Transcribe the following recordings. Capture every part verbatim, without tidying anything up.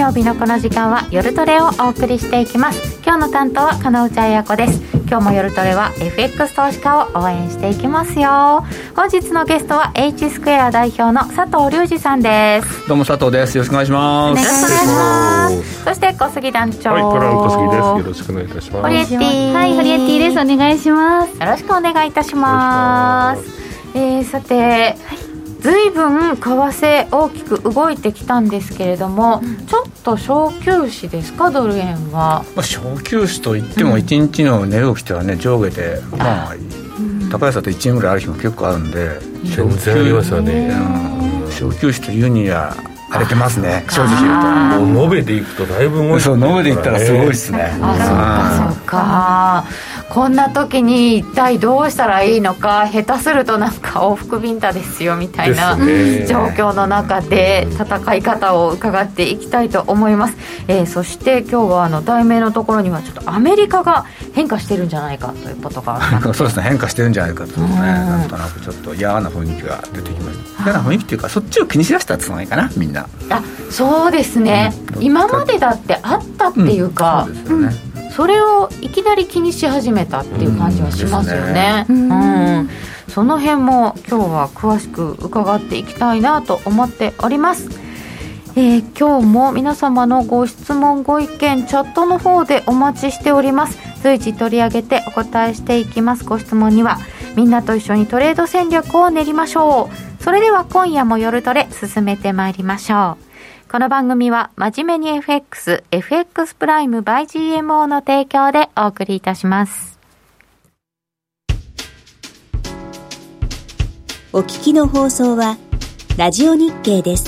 曜日のこの時間は夜トレをお送りしていきます。今日の担当は金内彩子です。今日も夜トレは エフエックス 投資家を応援していきますよ。本日のゲストは H スクエア代表の佐藤隆二さんです。 どうも佐藤です。よろしくお願いします。 よろしくお願いします。そして小杉団長、 はい、トラン小杉です。よろしくお願いいたします。 ホリエティ、 はい、ホリエティです。お願いします。 よろしくお願いいたします。えー、さて、はい、ずいぶん為替大きく動いてきたんですけれども、うん、ちょっと小休止ですか、ドル円は。 まあ、小休止といってもいちにちの値動きとはね、上下で、うん、まあ、うん、高安だといちえんぐらいある日も結構あるんで、 全然ありますよね、 うん、小休止というには荒れてますね、正直言うと。 もう延べでいくとだいぶ動いてる、ね、 そう延べでいったらすごいですね。 あ、そうか、こんな時に一体どうしたらいいのか、下手するとなんか往復ビンタですよみたいな状況の中で戦い方を伺っていきたいと思います。えー、そして今日はあの題名のところにはちょっとアメリカが変化してるんじゃないかということがそうですね、変化してるんじゃないかというね、なんとなくちょっと嫌な雰囲気が出てきました。嫌な雰囲気というか、そっちを気にしだしたつもりかな、みんな。 あ、そうですね、うん、今までだってあったっていうか、うん、そうですよね、うん、それをいきなり気にし始めたっていう感じはしますよね。うん、うん、その辺も今日は詳しく伺っていきたいなと思っております。えー、今日も皆様のご質問ご意見チャットの方でお待ちしております。随時取り上げてお答えしていきます。ご質問にはみんなと一緒にトレード戦略を練りましょう。それでは今夜も夜トレ進めてまいりましょう。この番組は真面目に エフエックス、エフエックス プライム by ジーエムオー の提供でお送りいたします。 お聞きの放送はラジオ日経です。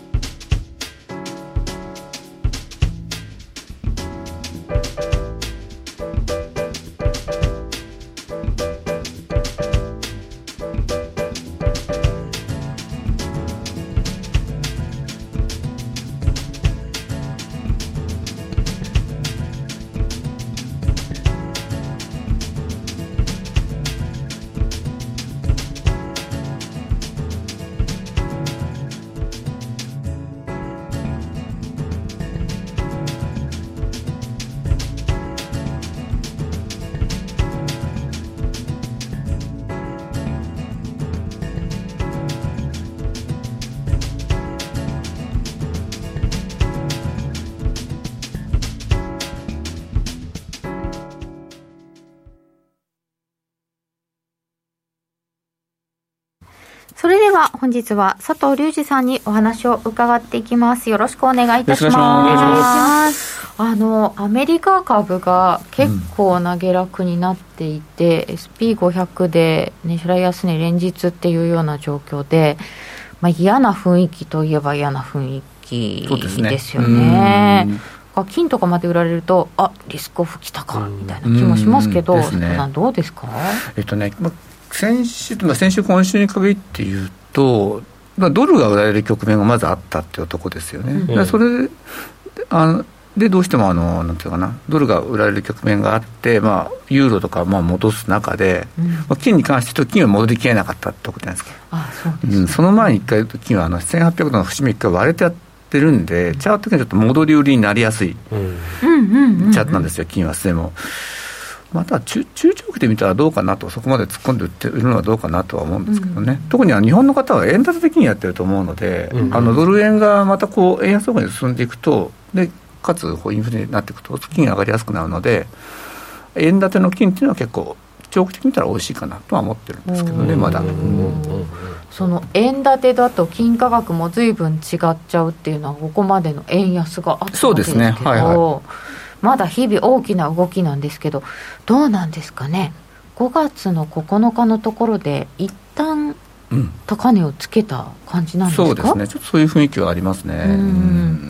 それでは本日は佐藤隆二さんにお話を伺っていきます。よろしくお願いいたします。あのアメリカ株が結構な下落になっていて、うん、エスピーごひゃく で値しらい安値連日っていうような状況で、まあ、嫌な雰囲気といえば嫌な雰囲気ですよね。金とかまで売られると、あ、リスクオフ来たかみたいな気もしますけど、佐藤さんどうですか？ えっとね、ま先週、先週今週に限って言うと、ドルが売られる局面がまずあったっていうところですよね。うん、それであのでどうしてもあのなんていうかな、ドルが売られる局面があって、まあ、ユーロとかまあ戻す中で、うん、まあ、金に関して言うと金は戻りきれなかったってことなんですけど、 あ、そうですね、うん、 その前に一回金はあのせんはっぴゃくどの節目一回割れてやってるんで、チャート的にちょっと戻り売りになりやすいチャートなんですよ、金はでも。また中, 中長期で見たらどうかなと、そこまで突っ込んで売っているのはどうかなとは思うんですけどね、うん、特には日本の方は円建て的にやってると思うので、うん、あのドル円がまたこう円安方向に進んでいくと、でかつインフレになっていくと金が上がりやすくなるので、円建ての金っていうのは結構長期的に見たら美味しいかなとは思ってるんですけどね、まだ。 その円建てだと金価格も随分違っちゃうっていうのは、ここまでの円安があったわけですけど、そうですね、はいはい、まだ日々大きな動きなんですけど、どうなんですかね。ごがつのここのかのところで一旦高値をつけた感じなんですか？ そうですね、ちょっとそういう雰囲気はありますね。うん、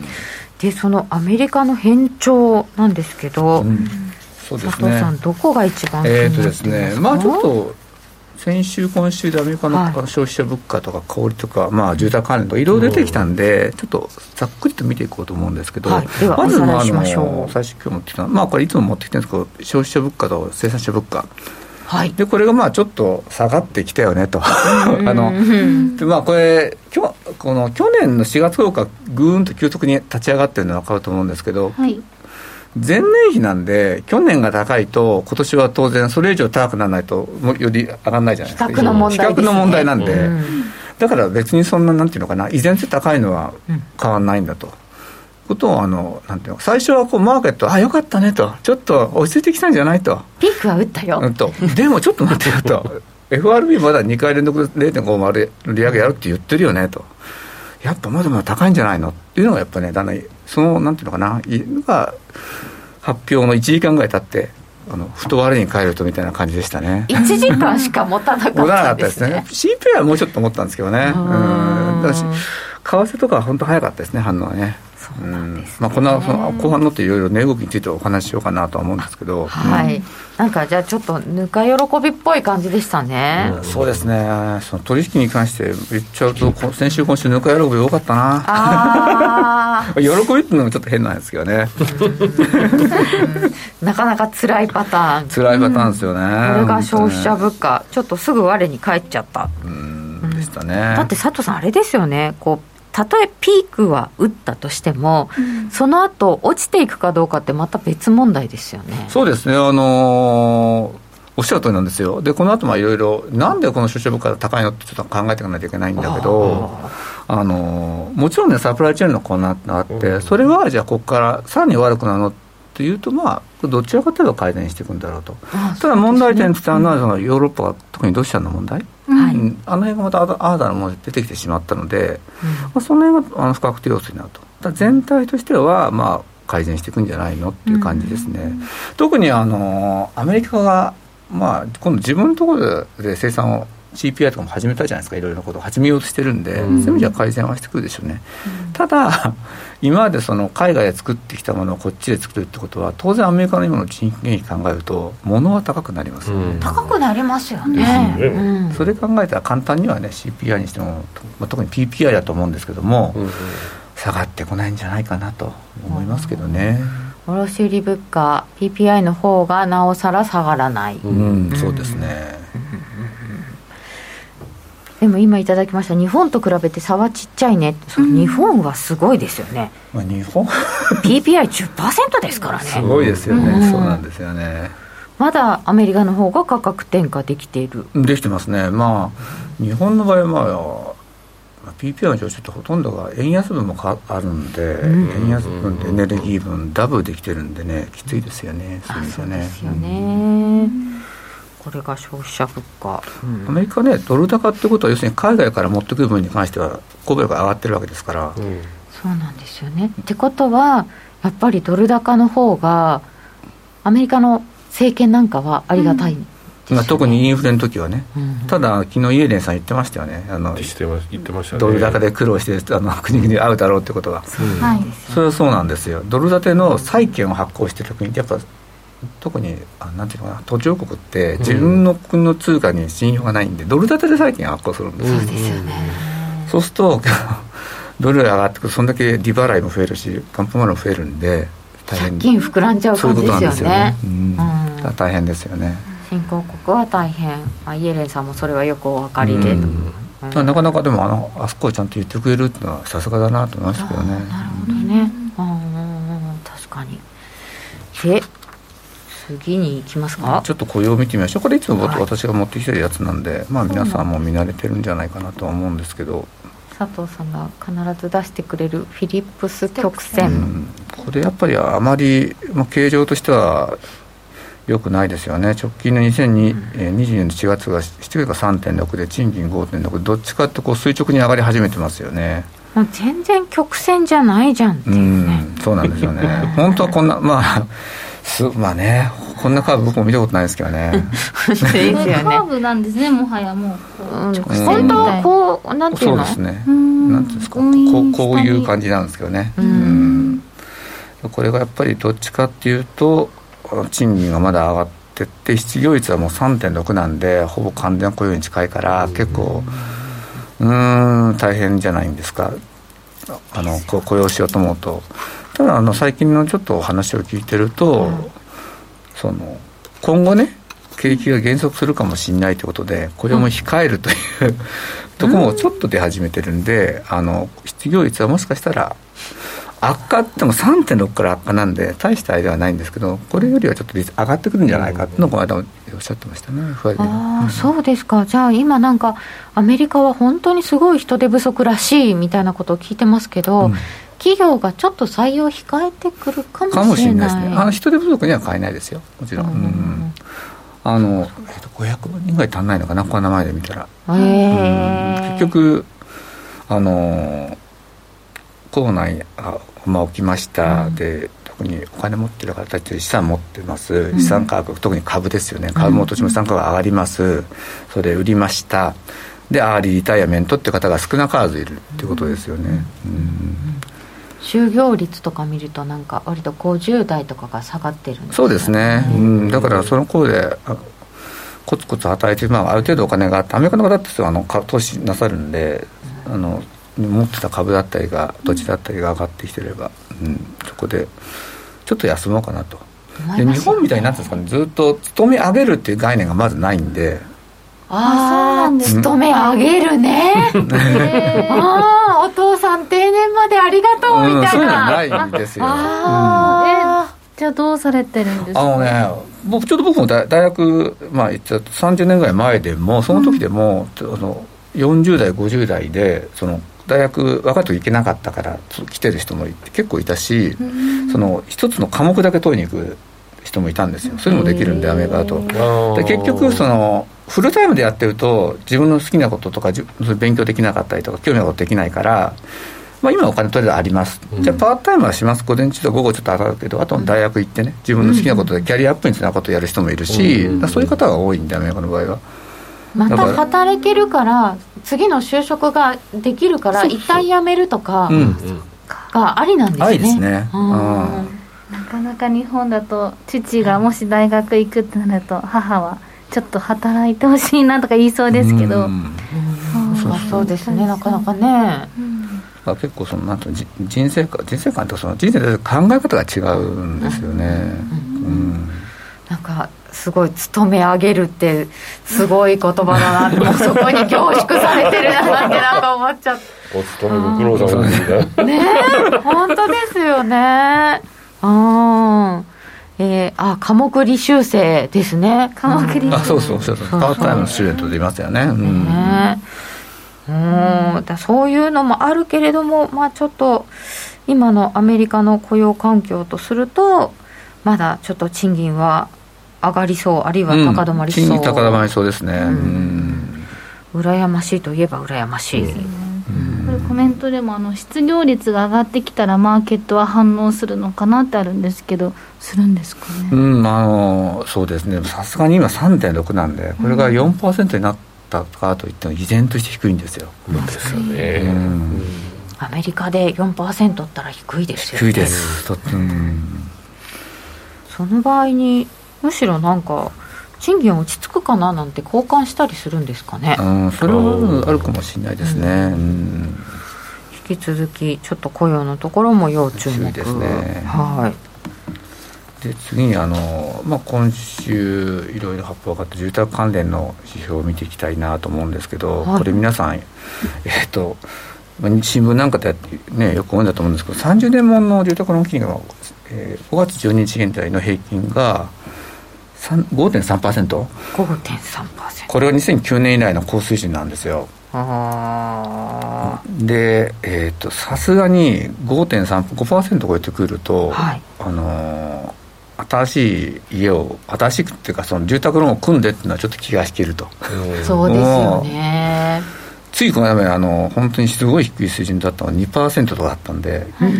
でそのアメリカの変調なんですけど、うん、そうですね、佐藤さんどこが一番気になってますか？えーとですね、まあ、ちょっと先週今週でアメリカの消費者物価とか小売とか、まあ、住宅関連とかいろいろ出てきたんで、ちょっとざっくりと見ていこうと思うんですけど、はい、ではまず、まあ、あの最初今日持ってきた、まあ、これいつも持ってきてるんですけど、消費者物価と生産者物価、 はい、 でこれがまあちょっと下がってきたよねとあので、まあ、これきょこの去年のしがつごがぐーんと急速に立ち上がってるのが分かると思うんですけど、はい、前年比なんで去年が高いと今年は当然それ以上高くならないとより上がらないじゃないですか。 比較の問題ですね。 比較の問題なんで、うん、だから別にそんななんていうのかな、依然性高いのは変わらないんだと、うん、ことをあのなんていうの、最初はこうマーケットあよかったねと、ちょっと落ち着いてきたんじゃないと、 ピークは打ったよ、 うん、とでもちょっと待ってよとエフアールビー まだにかい連続 ゼロてんご で利上げやるって言ってるよねと、やっぱまだまだ高いんじゃないのっていうのがやっぱね、だんだんそのなんていうのかな、が発表のいちじかんぐらい経ってあのふと我に返るとみたいな感じでしたね。 いちじかんしか持たなかったんですね。持たなかったですね。シーピーアイ はもうちょっと持ったんですけどね。うん、だから為替とかは本当早かったですね、反応はね。 そうなんですね。 うん、まあ、こんなその後半のっていろいろ値動きについてお話ししようかなとは思うんですけど、 はい、うん、なんかじゃあちょっとぬか喜びっぽい感じでしたね。 うん、そうですね。その取引に関して言っちゃうと先週今週ぬか喜び多かったな。あ喜びっていうのもちょっと変なんですけどねなかなか辛いパターン辛いパターンですよね、うん、 これが消費者物価、ちょっとすぐ我に返っちゃった、 うん、でしたね。 だって佐藤さんあれですよね、こうたとえピークは打ったとしても、うん、その後落ちていくかどうかってまた別問題ですよね。 そうですね、あのー、おっしゃる通りなんですよ。でこの後いろいろなんでこの消費者物価が高いのってちょっと考えていかないといけないんだけど、あ、あのー、もちろんねサプライチェーンの混乱があって、うん、それはじゃあここからさらに悪くなるのっていうと、まあどちらかといえば改善していくんだろうと。ああただ問題点っていうのは、そのヨーロッパ、特にロシアの問題、はい、うん、あの辺がまた新たなものが出てきてしまったので、うん、まあ、その辺があの不確定要素になると。ただ全体としては、まあ、改善していくんじゃないのっていう感じですね。うん、特にあのアメリカが、まあ、今度自分のところで生産を シーピーアイ とかも始めたじゃないですか。いろいろなことを始めようとしてるんで、うん、そういう意味では改善はしてくるでしょうね。うん、ただ今までその海外で作ってきたものをこっちで作るってことは、当然アメリカの今の人件費考えると物は高くなりますよね。うん、 高くなりますよね。 うん、それ考えたら簡単にはね シーピーアイ にしても、まあ、特に ピーピーアイ だと思うんですけども、うん、下がってこないんじゃないかなと思いますけどね。 うん、卸売物価 ピーピーアイ の方がなおさら下がらない。 うん、そうですね。 でも今いただきました日本と比べて差はちっちゃいね、その日本はすごいですよね。 まあ、日本ピーピーアイじゅっパーセント ですからね。 すごいですよね。うん、そうなんですよね。 まだアメリカの方が価格転嫁できている。 できてますね。まあ日本の場合は、まあ、ピーピーアイ の上昇ってほとんどが円安分もかあるんで、うん、円安分でエネルギー分ダブルできてるんでね、きついですよね。 そうですよね。そうですよね。うん、これが消費者物価、 うん、アメリカね、ドル高ってことは要するに海外から持ってくる分に関しては購買力が上がってるわけですから、うん、 そうなんですよね。ってことはやっぱりドル高の方がアメリカの政権なんかはありがたい、うんまあ、特にインフレの時はね、うん、ただ昨日イエレンさん言ってましたよね、あの言ってましたね、 ドル高で苦労してあの国々に合うだろうってことが、 うん、はい、 それはそうなんですよ。ドル建ての債券を発行してる国ってやっぱ特にあなんていうのかな、途上国って自分の国の通貨に信用がないんで、うん、ドル建てで債券発行するんですよ。 そうですよね。 そうするとドルが上がってくるとそんだけ利払いも増えるし還付も増えるんで大変、 借金膨らんじゃう感じですよね。そういうことなんですよね。 うん、うん、大変ですよね。 新興国は大変、まあ、イエレンさんもそれはよくお分かりで、うんうん、なかなかでも あ, のあそこをちゃんと言ってくれるっていうのはさすがだなと思いますけどね。 なるほどね、うん、確かに。で次に行きますか。 ちょっと雇用を見てみましょう。これいつも私が持ってきてるやつなんで、はい、まあ、皆さんも見慣れてるんじゃないかなとは思うんですけど、 佐藤さんが必ず出してくれるフィリップス曲線、うん、 これやっぱりあまり、まあ、形状としては良くないですよね。直近のにせんにじゅうにねんのしがつがしちがつが さんてんろく で賃金 ごてんろく、どっちかってこう垂直に上がり始めてますよね。 もう全然曲線じゃないじゃんっていうね。 うん、そうなんですよね本当はこんなまあすまあね、こんなカーブ僕も見たことないですけどねですよね。カーブなんですね、もはやもう、うん、直線みたいな、 こうなんていうの、 そうですね、なんていうんですか、こう、こういう感じなんですけどね。うん、これがやっぱりどっちかっていうと賃金がまだ上がってって失業率はもう さんてんろく なんでほぼ完全雇用に近いから結構うーん大変じゃないんですか、あの雇用しようと思うと。ただあの最近のちょっと話を聞いてると、うん、その今後ね景気が減速するかもしれないということでこれも控えるという、うん、ところもちょっと出始めてるんで、あの失業率はもしかしたら悪化っても さんてんろく から悪化なんで大したあれではないんですけど、これよりはちょっと率上がってくるんじゃないかっていうのをこの間おっしゃってましたね。 あ、うん、そうですか。じゃあ今なんかアメリカは本当にすごい人手不足らしいみたいなことを聞いてますけど、うん、企業がちょっと採用を控えてくるかもしれない。かもしれないですね。あの人手不足には変えないですよ、もちろん、うんうん、あの、えー、とごひゃくまんにんぐらい足んないのかな、この名前で見たら、へー、うん、結局あのコロナがまあ起きました、うん、で特にお金持ってる方たち資産持ってます、うん、資産価格、特に株ですよね、株も土地も資産価格が上がります、うん、それで売りました、でアーリーリタイアメントって方が少なからずいるっていうことですよね、うんうん、 就業率とか見るとなんか割とごじゅう代とかが下がってるんですかね。 そうですね、うん、だからその頃でコツコツ働いて、まあ、ある程度お金があって、アメリカの方ってあの投資なさるんで、うん、あの持ってた株だったりが土地だったりが上がってきてれば、うん、そこでちょっと休もうかなと。で日本みたいになってるんですかね、ずっと勤め上げるっていう概念がまずないんで。 ああ、勤め上げるねああ、お父さん定年までありがとうみたいな、うん、そういうのはないんですよ。 あ、うん、えじゃあどうされてるんですか。 あのね、僕ちょっと僕も大学、まあ、さんじゅうねんぐらい前でもその時でも、うん、あのよんじゅう代ごじゅう代でその大学若い時行けなかったから来てる人もいて結構いたし、うん、その一つの科目だけ取りに行く人もいたんですよ。そういうのもできるんで、アメリカだと。で結局そのフルタイムでやってると自分の好きなこととか勉強できなかったりとか興味なことできないから、まあ、今お金とりあえずあります、うん、じゃあパートタイムはします、午前中と午後ちょっと働くけど、あと大学行ってね、自分の好きなことでキャリアアップにつながることをやる人もいるし、うん、そういう方が多いんで、アメリカの場合はまた働けるから次の就職ができるから一旦辞めるとかがありなんですね。 ありですね、うん、 なかなか日本だと父がもし大学行くってなると母はちょっと働いてほしいなとか言いそうですけど、うん、 そうそうですね、なかなかね、うん、 結構そのなんと人生観人生観とその人生で考え方が違うんですよね、うんうん、 なんかすごい勤め上げるってすごい言葉だなってもうそこに凝縮されてるななんてなんか思っちゃってお勤めご苦労様ですね。 ねえ本当ですよね。あえー、あ科目履修生ですね。 科目履修生、 うん、あそうそうそうそうパートタイムのスチューデントでいますよね。うん、 ねうんだそういうのもあるけれども、まあ、ちょっと今のアメリカの雇用環境とするとまだちょっと賃金は上がりそう、あるいは高止まりそう、うん、 賃金高止まりそうですね、うんうん、羨ましいといえば羨ましい、うんうん、これコメントでもあの失業率が上がってきたらマーケットは反応するのかなってあるんですけど、するんですかね。 うん、あのそうですね、さすがに今 さんてんろく なんでこれが よんパーセント になったかといっても依然として低いんですよ、 うん、ですよね、うん、 アメリカで よんパーセント ったら低いですよね。 低いです、と、うん、 その場合にむしろなんか賃金落ち着くかななんて交換したりするんですかね。 うん、それはあるかもしれないですね、うんうん、 引き続きちょっと雇用のところも要注目ですね。 はい、 で次にあの、まあ、今週いろいろ発表があって住宅関連の指標を見ていきたいなと思うんですけど、はい、これ皆さん、えー、と新聞なんかで、ね、よく読んだと思うんですけどさんじゅうねんものの住宅ローン金利が、えー、ごがつじゅうににち現在の平均が ごてんさんパーセント、 ごてんさんパーセント、 これはにせんきゅうねん以来の高水準なんですよ。 あで、えー、とさすがに ごてんさん、ごパーセント 超えてくると、はい、あのー、新しい家を新しくっていうかその住宅ローンを組んでっていうのはちょっと気が引けると。 そうですよね。 ついこの間まであの本当にすごい低い水準だったのが にパーセント とかだったんで、うんうん、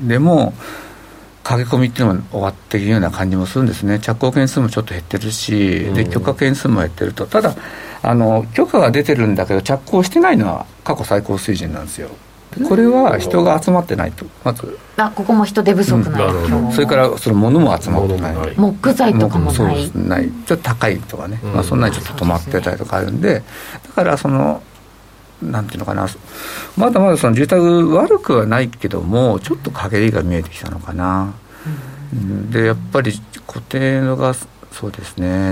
でも駆け込みっていうのも終わっているような感じもするんですね。着工件数もちょっと減ってるし、で許可件数も減ってると。ただあの許可が出てるんだけど着工してないのは過去最高水準なんですよ。これは人が集まってないと、まずあここも人手不足ない、 うん、それからその物も集まってない、 木材とかもない、 そうですないちょっと高いとかね、うんまあ、そんなにちょっと止まってたりとかあるんで、だからそのなんていうのかな、まだまだその住宅悪くはないけどもちょっと陰りが見えてきたのかな、うん、でやっぱり固定のがそうですね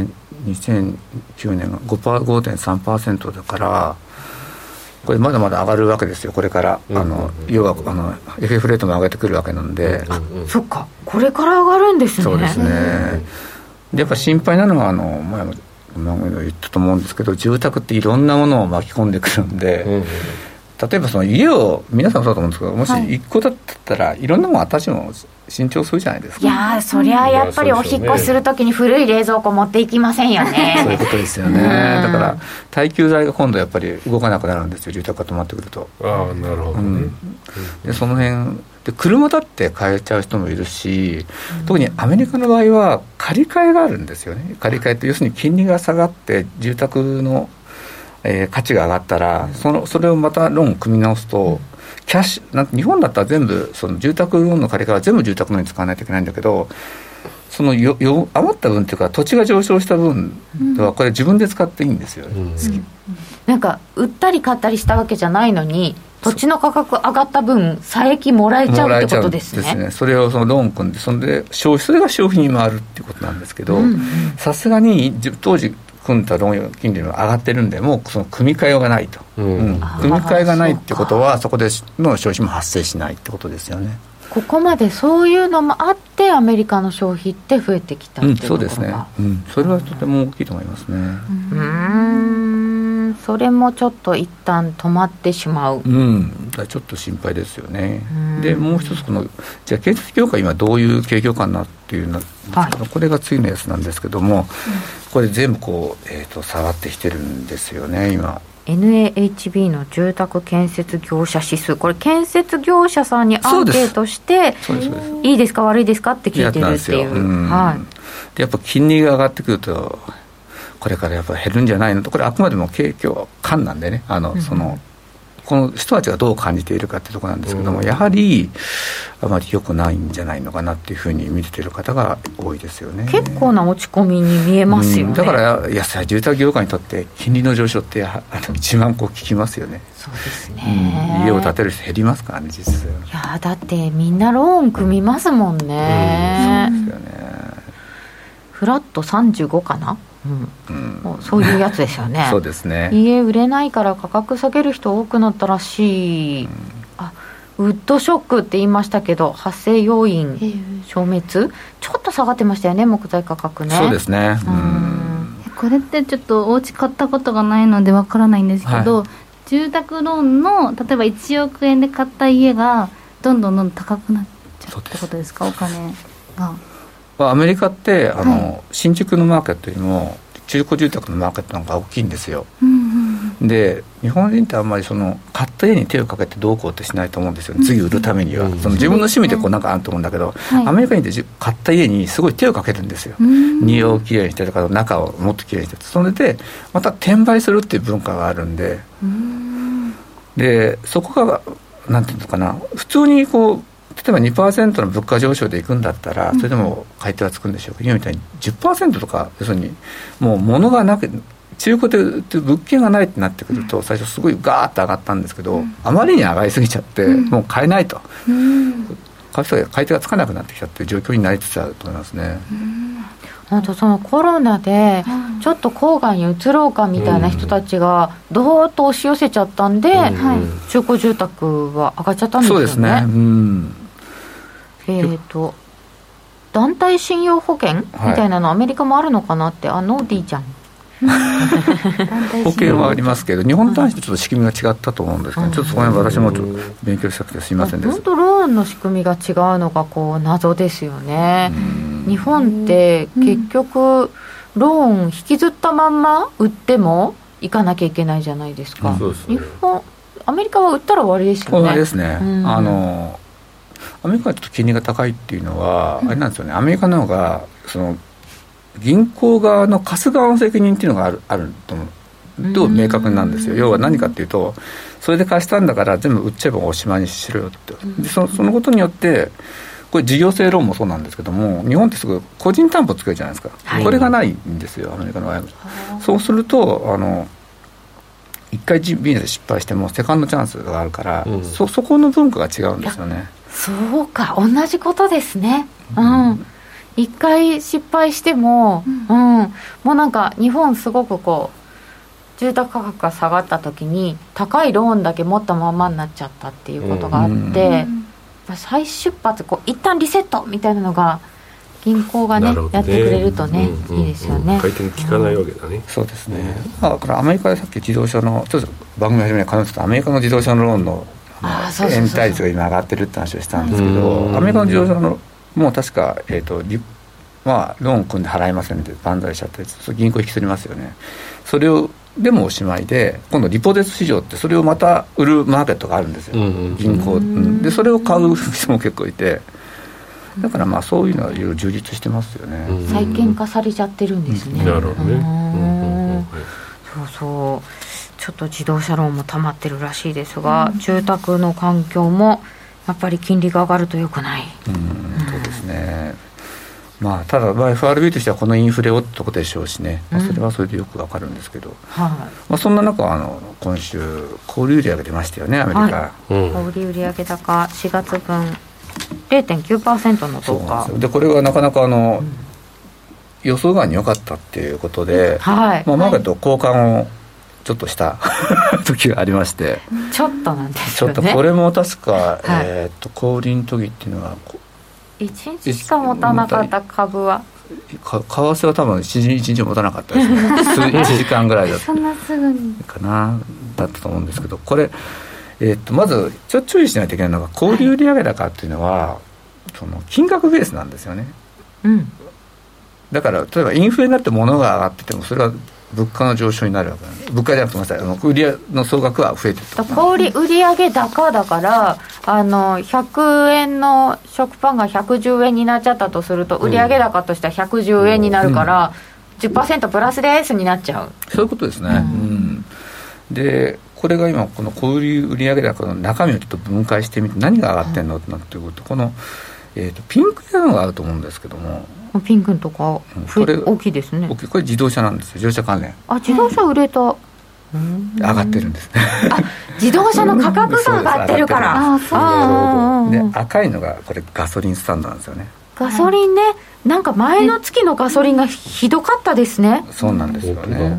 にせんきゅうねんが ごてんさんパーセント だから、これまだまだ上がるわけですよ、これから、うんうんうん、あの要はあの エフエフ レートも上がってくるわけなんで、 うんうんうん、あ、そっか、これから上がるんですね。 そうですね、でやっぱ心配なのはあの前も言ったと思うんですけど、住宅っていろんなものを巻き込んでくるんで、うんうん、例えばその家を皆さんそうだと思うんですけど、もしいっこだったら、はい、いろんなもの私も新調するじゃないですか。 いやそりゃやっぱりお引っ越しするときに古い冷蔵庫持っていきませんよね。 そういうことですよね。だから耐久財が今度やっぱり動かなくなるんですよ、住宅が止まってくると。 ああ、なるほどね、うん、 でその辺で車だって買えちゃう人もいるし、特にアメリカの場合は借り換えがあるんですよね。借り換えって要するに金利が下がって住宅の、えー、価値が上がったら、そのそれをまたローンを組み直すと、キャッシュなんて日本だったら全部その住宅ローンの借り換えは全部住宅ローンに使わないといけないんだけど、そのよよ余った分というか土地が上昇した分はこれ自分で使っていいんですよ、ね、うんうん、 なんか売ったり買ったりしたわけじゃないのに土地の価格上がった分差益もらえちゃうってことですね。 ですね。それをそのローン組んで、それで消費それが消費に回るっていうことなんですけど、さすがに当時組んだローン金利が上がってるんで、もうその組み替えようがないと、うんうん、組み替えがないってことはそこでの消費も発生しないってことですよね。 ここまでそういうのもあってアメリカの消費って増えてきたっていうところが、うん、そうですね、うん、それはとても大きいと思いますね。 うーん、それもちょっと一旦止まってしまう、 うん、だちょっと心配ですよね。でもう一つこのじゃあ建設業界今どういう景況感なっていうのですけど、はい、これが次のやつなんですけども、うん、これ全部こう、えーと、下がってきてるんですよね今。 エヌエーエイチビー の住宅建設業者指数、これ建設業者さんにアンケートしていいですか悪いですかって聞いてるっていう、うん、はい、 でやっぱ金利が上がってくるとこれからやっぱ減るんじゃないのと、これあくまでも景況感なんでね、あの、うん、そのこの人たちがどう感じているかってところなんですけども、うん、やはりあまり良くないんじゃないのかなっていうふうに見ている方が多いですよね。 結構な落ち込みに見えますよね、うん、 だからいや住宅業界にとって金利の上昇ってあの一番こう効きますよね。 そうですね、 うん、家を建てる人減りますからね実際。いやだってみんなローン組みますもんね、 うん、そうですよね。 フラットさんじゅうごかな、うん、もうそういうやつですよね。 そうですね。 家売れないから価格下げる人多くなったらしい、うん、あウッドショックって言いましたけど発生要因消滅ちょっと下がってましたよね、木材価格ね。 そうですね、うんうん、これってちょっとお家買ったことがないのでわからないんですけど、はい、住宅ローンの例えばいちおくえんで買った家がどんどんどんどん高くなっちゃうってことですか、お金が。 アメリカってあの、はい、新築のマーケットよりも中古住宅のマーケットの方が大きいんですよ、うんうん、で日本人ってあんまりその買った家に手をかけてどうこうってしないと思うんですよ、次売るためには、うん、その自分の趣味でこうなんかあると思うんだけど、はい、アメリカにって買った家にすごい手をかけるんですよ、うん、庭をきれいにしてとか中をもっときれいにして、それでまた転売するっていう文化があるんで、うん、でそこがなんていうのかな、普通にこう例えば にパーセント の物価上昇でいくんだったらそれでも買い手はつくんでしょうけど、今みたいに じゅっパーセント とか要するにもう物がなく中古で売って物件がないってなってくると最初すごいガーッと上がったんですけど、あまりに上がりすぎちゃってもう買えないと、買い手がつかなくなってきたっていう状況になりつつあると思いますね。 あとそのコロナでちょっと郊外に移ろうかみたいな人たちがどーっと押し寄せちゃったんで、うん、中古住宅は上がっちゃったんですよね。 そうですね、うん、 えーと団体信用保険みたいなのアメリカもあるのかなって、あノーディーちゃん保険はありますけど日本単位とちょっと仕組みが違ったと思うんですけど、うん、ちょっとそこら辺私もちょっと勉強したくてすいませんです。 本当ローンの仕組みが違うのがこう謎ですよね。日本って結局ローン引きずったまんま売っても行かなきゃいけないじゃないですか、うん、そうですね。日本アメリカは売ったら終わりですよね。 終わりですね、うん、あのアメリカはちょっと金利が高いっていうのは、うん、あれなんですよね、アメリカの方がその銀行側の貸す側の責任っていうのがある、あると思うと明確なんですよ。要は何かっていうとそれで貸したんだから全部売っちゃえばおしまいにしろよって、で そ, そのことによってこれ事業性ローンもそうなんですけども日本ってすぐ個人担保つけるじゃないですか、はい、これがないんですよアメリカの場合は。そうするとあの一回ビジネスで失敗してもセカンドチャンスがあるから、うん、そ, そこの文化が違うんですよね。 そうか同じことですね、うんうん、 一回失敗しても、うんうん、もうなんか日本すごくこう住宅価格が下がった時に高いローンだけ持ったままになっちゃったっていうことがあって、うん、再出発こう一旦リセットみたいなのが銀行が ね, ねやってくれるとね、うんうん、いいですよね。 回転効かないわけだね、うん、 そうですね、まあ、だからアメリカでさっき自動車のちょっと番組始めに関するとアメリカの自動車のローンの円対率が今上がってるって話をしたんですけど、アメリカの自動車のもう確か、えーとまあ、ローン組んで払いませんって万歳しちゃったり銀行引き取りますよね。それをでもおしまいで今度リポゼツ市場ってそれをまた売るマーケットがあるんですよ、うんうん、銀行、うん、でそれを買う人も結構いて、だからまあそういうのはいろいろ充実してますよね、うん、 債券化されちゃってるんですね、うん、 なるほどね、うんうん、 そうそうちょっと自動車ローンも溜まってるらしいですが、うん、住宅の環境もやっぱり金利が上がると良くない、 うんうん、そうですね。まあ、ただ エフアールビー としてはこのインフレをってことでしょうしね、まあ、それはそれでよくわかるんですけど、うんはいまあ、そんな中あの今週小売売上が出ましたよねアメリカ、 はいうん、小売売上高しがつぶん れいてんきゅうパーセント の増加で, でこれがなかなかあの、うん、予想外に良かったっていうことで、 はいまあ、マーケット交換をちょっとした時がありまして、 ちょっとなんですよね。 ちょっとこれも確か、はいえー、と小売りの時っていうのはいちにちしか持たなかった株はか為替は多分いちにち持たなかったですねいちじかんぐらいだったそんなすぐにかなだったと思うんですけど、これ、えー、とまずちょっと注意しないといけないのが小売売上高っていうのは、はい、その金額ベースなんですよね、 うん、 だから例えばインフレになって物が上がっててもそれは物価の上昇になるわけなんです。物価じゃなくてごめんなさい、あの売り上の総額は増えてると。 小売売上高だからあのひゃくえんの食パンがひゃくじゅうえんになっちゃったとすると、売上高としてはひゃくじゅうえんになるから、うん、じゅっパーセント プラスですになっちゃう。 そういうことですね、うんうん、でこれが今この小売売上高の中身をちょっと分解してみて何が上がってんのってなってくると、この、えーと、ピンク色のがあると思うんですけども、 ピンクとか、うん、これ大きいですね。 大きい、これ自動車なんですよ。自動車関連。 あ、自動車売れた、うん、 上がってるんですね。 あ、自動車の価格が上がってるから。あ、そう。 で赤いのがこれガソリンスタンドなんですよね。 ガソリンね、なんか前の月のガソリンがひどかったですね。 そうなんですよね、うん、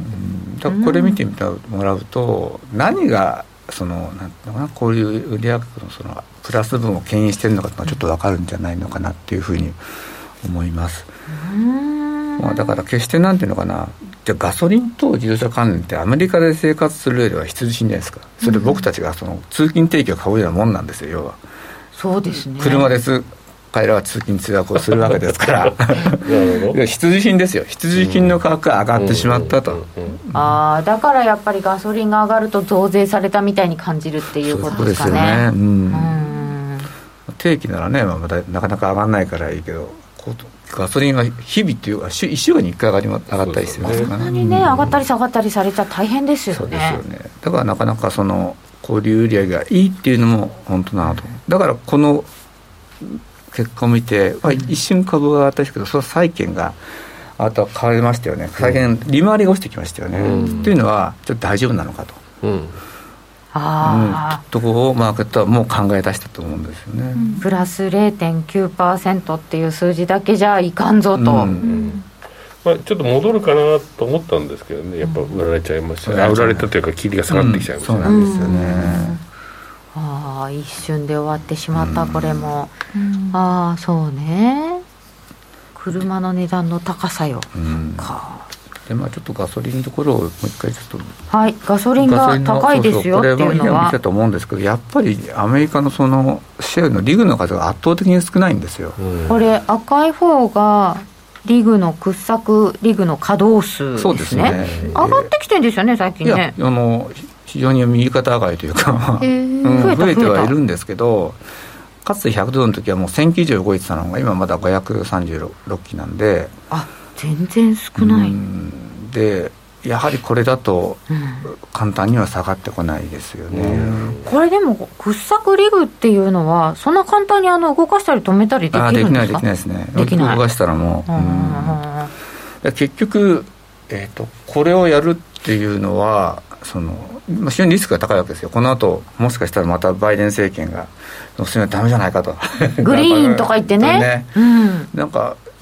だからこれ見てみてもらうと、何がそのなんていうのかな、こういう売上のそのプラス分を牽引してるのかとかちょっと分かるんじゃないのかなっていうふうに思います。うーん、まあ、だから決してなんていうのかな、じゃあガソリンと自動車関連ってアメリカで生活する上では必需品じゃないですか。それで僕たちがその通勤定期を買うようなもんなんですよ、要は。 そうですね。 車です彼らは通勤通学をするわけですから必需品ですよ。必需品の価格が上がってしまったと、うんうんうんうん、 ああ、だからやっぱりガソリンが上がると増税されたみたいに感じるっていうことですかね。そうですよね、うん、うん定期ならね、まあ、まだなかなか上がらないからいいけど、ガソリンは日々っていうかいっしゅうかんにいっかい上がり上がったりしてますからね。 そんなにね、上がったり下がったりされちゃ大変ですよね。 そうですよね。だからなかなかその小売売上がいいっていうのも本当なと。だからこの結果を見て、まあ、一瞬株が上がったんですけど、その債券があとは変わりましたよね。債券利回りが落ちてきましたよね、うん、っていうのはちょっと大丈夫なのかと、うん、あうん、ところをマーケットはもう考え出したと思うんですよね、うん、 プラス れいてんきゅうパーセント っていう数字だけじゃいかんぞと、うんうんまあ、ちょっと戻るかなと思ったんですけどね、やっぱ売られちゃいましたね、うん、売られたというか金利が下がってきちゃいましたね、 うん、そうなんですよね、 うん、ああ、一瞬で終わってしまった、うん、これも、うん、ああ、そうね、車の値段の高さよ、うん、かで、まあ、ちょっとガソリンのところをもう一回ちょっと、 はい、ガソリンが高いですよっていうのは、これは見たと思うんですけど、やっぱりアメリカのそのシェアのリグの数が圧倒的に少ないんですよ、 うん、これ赤い方がリグの掘削リグの稼働数ですね。そうですね、上がってきてるんですよね、最近ね。 いや、あの非常に右肩上がりというか、うん、増, え増えてはいるんですけど、かつてひゃくドルの時はもうせんき以上動いてたのが今まだごひゃくさんじゅうろっきなんで、 あ、全然少ない、うん、 でやはりこれだと簡単には下がってこないですよね、うん、 これでも掘削リグっていうのはそんな簡単にあの動かしたり止めたりできるんですか？ あ、できないできないですね。できない、動かしたらもう、うん、結局、えーと、これをやるっていうのはその非常にリスクが高いわけですよ。この後もしかしたらまたバイデン政権がそれはダメじゃないかとグリーンとか言ってね、ね、うん、 なんか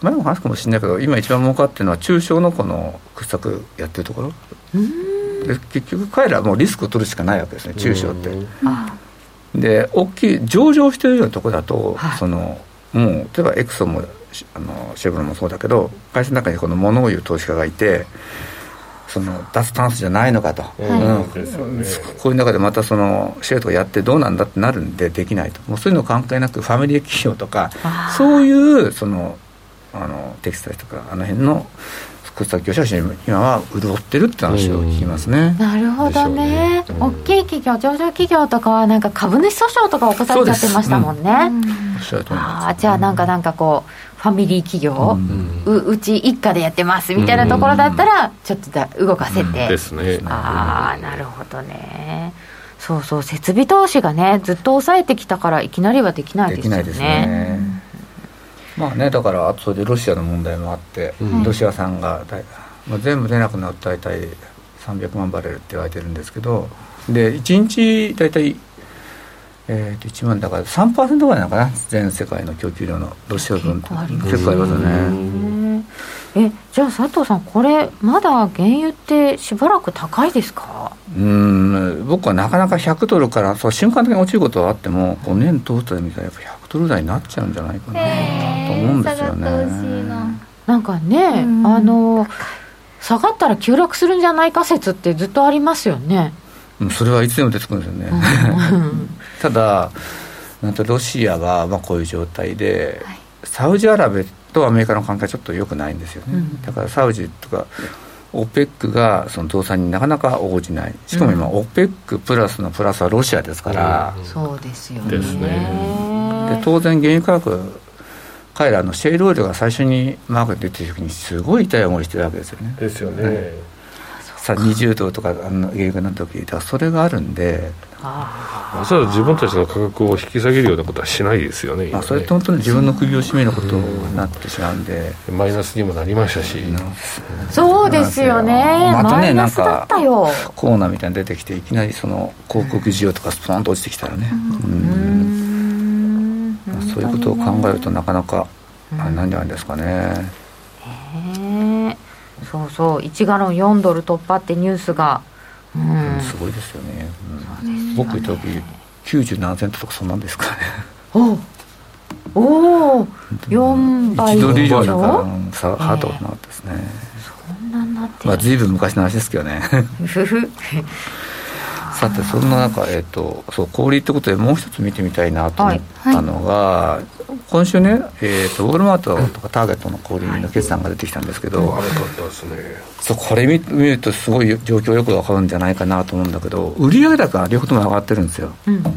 前も話すかもしれないけど、今一番儲かってるのは中小のこの掘削やってるところで、結局彼らはもうリスクを取るしかないわけですね、中小って。で大きい上場してるようなところだと、はい、そのもう例えばエクソンもあのシェブロンもそうだけど、会社の中にこの物を言う投資家がいて、その脱炭素じゃないのかと、はいうんね、こういう中でまたそのシェアとかやってどうなんだってなるんでできないと。もうそういうの関係なくファミリー企業とかそういうそのあのテキスタイルとかあの辺の掘削業者は今は潤ってるって話を聞きますね。 なるほど ね, ね、うん、大きい企業上場企業とかはなんか株主訴訟とか起こされちゃってましたもんね。 うん、 あじゃあなんかなんかこうファミリー企業、うん、う, うち一家でやってますみたいなところだったらちょっとだ動かせて、うん、 ですね。 ああなるほどね。そうそう設備投資がねずっと抑えてきたからいきなりはできないですよね。 できないですね、うんまあね、だからそれでロシアの問題もあって、うん、ロシア産がだい、まあ、全部出なくなると大体さんびゃくまんバレルって言われてるんですけど、でいちにち大体、えー、といちまんだから さんパーセント ぐらいなのかな、全世界の供給量のロシア分。結構ありますね。結構ありますね。 えじゃあ佐藤さんこれまだ原油ってしばらく高いですか？ うーん僕はなかなかひゃくドルからそう瞬間的に落ちることはあってもごねん通ったら見たらやっぱひゃくドル台になっちゃうんじゃないかなと思うんですよね。 なんかねあの下がったら急落するんじゃないか説ってずっとありますよね。 それはいつでも出てくるんですよね、うん、ただなんとロシアはまあこういう状態で、はい、サウジアラビアとアメリカの関係はちょっと良くないんですよね、うん、だからサウジとかオペックがその増産になかなか応じない。しかも今、うん、オペックプラスのプラスはロシアですから、 うん、そうですよね。 ですね。 で当然原油価格彼らのシェールオイルが最初にマーケットに出てる時にすごい痛い思いしてるわけですよね。 ですよね、 うんさにじゅうドルとかあの原油になった時だからそれがあるんで、 あそれは自分たちの価格を引き下げるようなことはしないですよね。 まあ、それって本当に自分の首を絞めることになってしまうんで、 うん、マイナスにもなりましたし、うん、 そうですよね。 またねマイナスだったよ。 なんかコーナーみたいに出てきていきなりその広告需要とかスポーンと落ちてきたらね、うんうんうん、そういうことを考えるとなかなかあれなんじゃないですかね。 へえそうそういちガロンよんドル突破ってニュースが、 うんうん、すごいですよね、うん、ね僕いた時きゅうじゅうななセントとかそんなんですかね。 おおよんばいいちドル以上なんか差があったことなかったですね、 えー、そんなになってる、 まあ、随分昔の話ですけどねさてそんな中、えー、とそう小売りってことでもう一つ見てみたいなと思ったのが、はいはい、今週ね、えー、とウォールマートとかターゲットの小売りの決算が出てきたんですけど、 悪かったですね。 そうこれ見るとすごい状況よく分かるんじゃないかなと思うんだけど、売上高が両方とも上がってるんですよ、うんうんうん、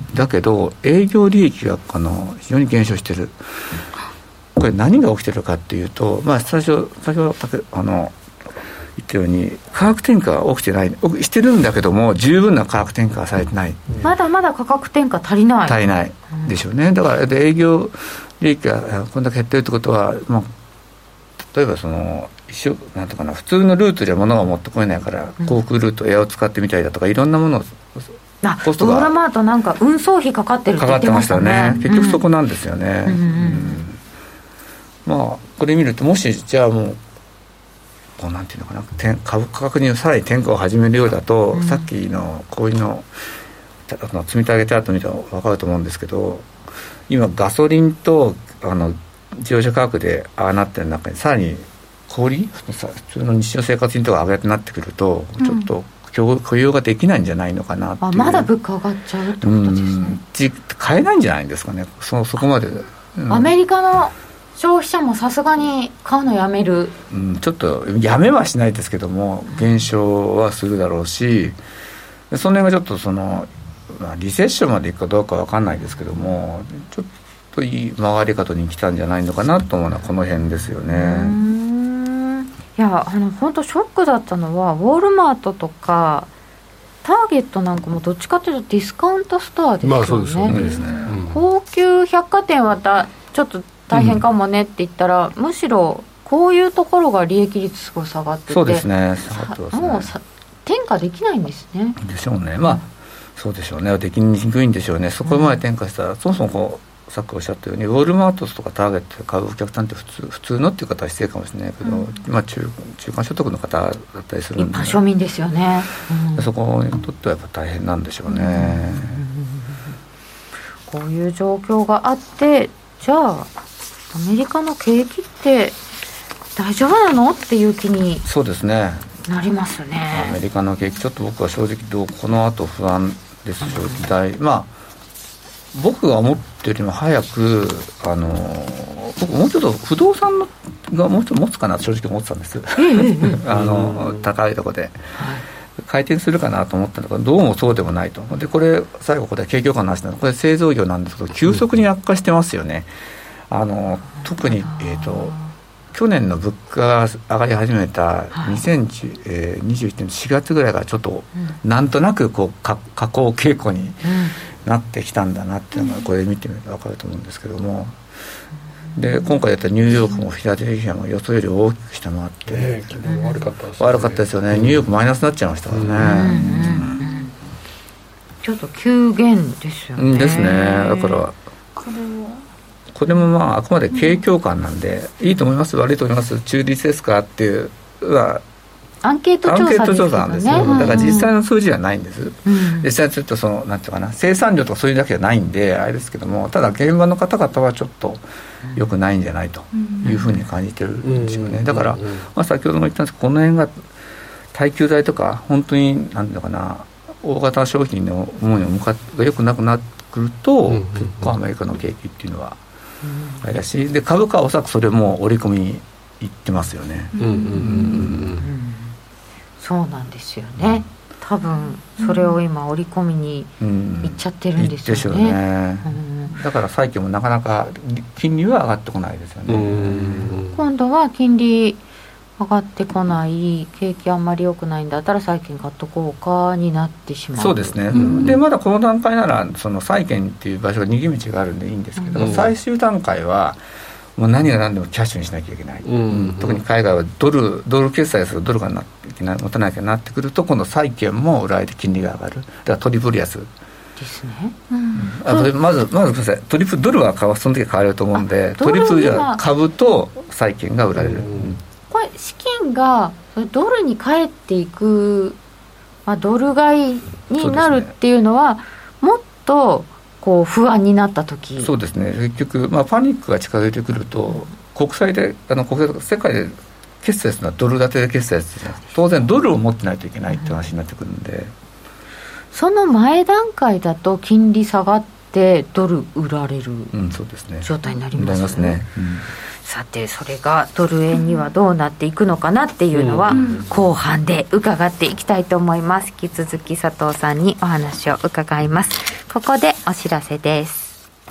だけど営業利益があの非常に減少してる。これ何が起きてるかっていうと、まあ、最初先ほどあの言ったように価格転嫁が起きてないしてるんだけども十分な価格転嫁はされてない、 まだまだ価格転嫁足りない足りないでしょうね。だから営業利益がこんだけ減ってるってことは、まあ、例えばその一緒なんとかな普通のルートじゃ物が持ってこれないから、うん、航空ルートエアを使ってみたりだとかいろんなものをあコストがウォールマートなんか運送費かかってるって言ってましたね。 かかってましたね。結局そこなんですよね、うんうんうん、まあこれ見るともしじゃあもうこうなんていうのかな株価格にさらに転嫁を始めるようだと、うん、さっきのこういうの積み上げチャート見たら分かると思うんですけど、今ガソリンとあの自動車価格でああなってる中にさらに小売り普通の日常生活品とか上げってなってくると、うん、ちょっと雇用ができないんじゃないのかなっていう。 あまだ物価上がっちゃうってことですね。 じ買えないんじゃないんですかね そ, そこまで、 うん、アメリカの消費者もさすがに買うのやめる、 うん、ちょっとやめはしないですけども減少はするだろうし、その辺がちょっとその、まあ、リセッションまでいくかどうか分かんないですけどもちょっといい曲がり方に来たんじゃないのかなと思うのはこの辺ですよね。うーんいやあの本当ショックだったのはウォールマートとかターゲットなんかもどっちかというとディスカウントストアですよね。 まあそうですよね、 うん、高級百貨店はだちょっと大変かもねって言ったら、うん、むしろこういうところが利益率すごい下がってて、 そうですね、下がってますね。 もうさ転嫁できないんですね。 でしょうね。まあ、うん、そうでしょうね。できにくいんでしょうね。そこまで転嫁したら、うん、そもそもこさっきおっしゃったようにウォルマートとかターゲットで買うお客さんって普通普通のっていう方は失礼かもしれないけど、うん、まあ、中, 中間所得の方だったりするんで、 一般庶民ですよね、 うん、そこにとってはやっぱ大変なんでしょうね、 うん、こういう状況があって、じゃあアメリカの景気って大丈夫なのっていう気にそうですねなりますね。 アメリカの景気ちょっと僕は正直どうこの後不安です正直、うん、まあ僕が思ってるよりも早くあの僕もうちょっと不動産のがもうちょっと持つかなと正直思ってたんですあの高いところで、はい、回転するかなと思ったんだけどどうもそうでもないと。でこれ最後ここで景況感の話なのこれ製造業なんですけど急速に悪化してますよね、あの特に、えーと去年の物価が上がり始めたにせんにじゅういちねんのしがつぐらいからちょっとなんとなくこう下降傾向になってきたんだなっていうのがこれ見てみると分かると思うんですけども、で今回やったニューヨークもフィラデルフィアも予想より大きく下回って、 ね、昨日悪かったですね。 悪かったですよね。ニューヨークマイナスになっちゃいましたからね、うんうん、 ちょっと急減ですよね。 ですね。だからこれはこれもまああくまで景況感なんで、うん、いいと思います悪いと思います中立ですかっていうはアンケート調査ですよね。アンケート調査なんですよ、うん、 だから実際の数字はないんです、 うん、 実際ちょっとそのなんていうかな生産量とかそういうだけじゃないんであれですけども、ただ現場の方々はちょっと良くないんじゃないというふうに感じてるんですよね。だから、まあ、先ほども言ったんですけどこの辺が耐久財とか本当になんていうかな大型商品のものに向かってが良くなくなってくると、結構アメリカの景気っていうのはあれだし、で株価はおそらくそれも織り込みにいってますよね。 うんうんうんうん、そうなんですよね。多分それを今織り込みにいっちゃってるんですよね。うん、でしょうね、うん、 だから債券もなかなか金利は上がってこないですよね。うんうん、今度は金利上がってこない景気あんまり良くないんだったら債券買っとこうかになってしまう。 そうですね、うん、でまだこの段階ならその債券っていう場所が逃げ道があるんでいいんですけど、うん、最終段階はもう何が何でもキャッシュにしなきゃいけない、うんうん、特に海外はドルドル決済するドルがなって持たなきゃなってくると今度債券も売られて金利が上がる。だからトリプル安ですね、うん、 あまずまずくださいトリプルドルはその時買われると思うんでトリプルじゃ株と債券が売られる、うんこれ資金がドルに返っていく、まあ、ドル買いになるっていうのは、ね、もっとこう不安になった時。 そうですね結局、まあ、パニックが近づいてくると国債であの国債とか世界で決済するのはドル建てで決済する当然ドルを持ってないといけないって話になってくるんで、うん、 その前段階だと金利下がってドル売られる状態になりますね、うん、そうですね、なりますね、うん。さてそれがドル円にはどうなっていくのかなっていうのは後半で伺っていきたいと思います。引き続き佐藤さんにお話を伺います。ここでお知らせです。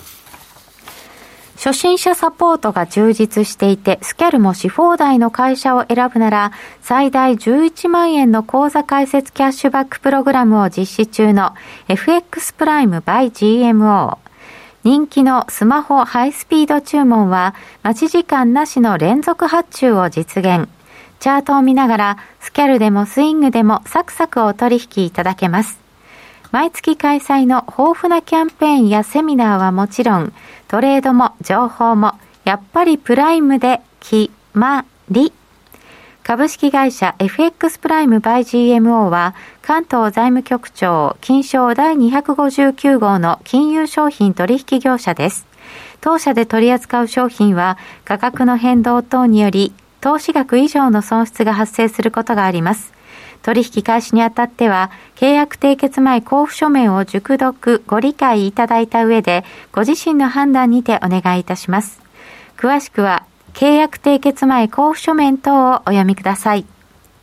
初心者サポートが充実していてスキャルもし放題の会社を選ぶなら最大じゅういちまんえんの口座開設キャッシュバックプログラムを実施中の エフエックス プライム by ジーエムオー。人気のスマホハイスピード注文は待ち時間なしの連続発注を実現。チャートを見ながらスキャルでもスイングでもサクサクお取引いただけます。毎月開催の豊富なキャンペーンやセミナーはもちろんトレードも情報もやっぱりプライムで決まり。株式会社 エフエックス プライム by ジーエムオー は関東財務局長金商第にひゃくごじゅうきゅう号の金融商品取引業者です。当社で取り扱う商品は価格の変動等により投資額以上の損失が発生することがあります。取引開始にあたっては契約締結前交付書面を熟読ご理解いただいた上でご自身の判断にてお願いいたします。詳しくは契約締結前交付書面等をお読みください。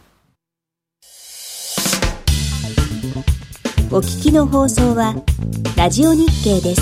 お聞きの放送はラジオ日経です。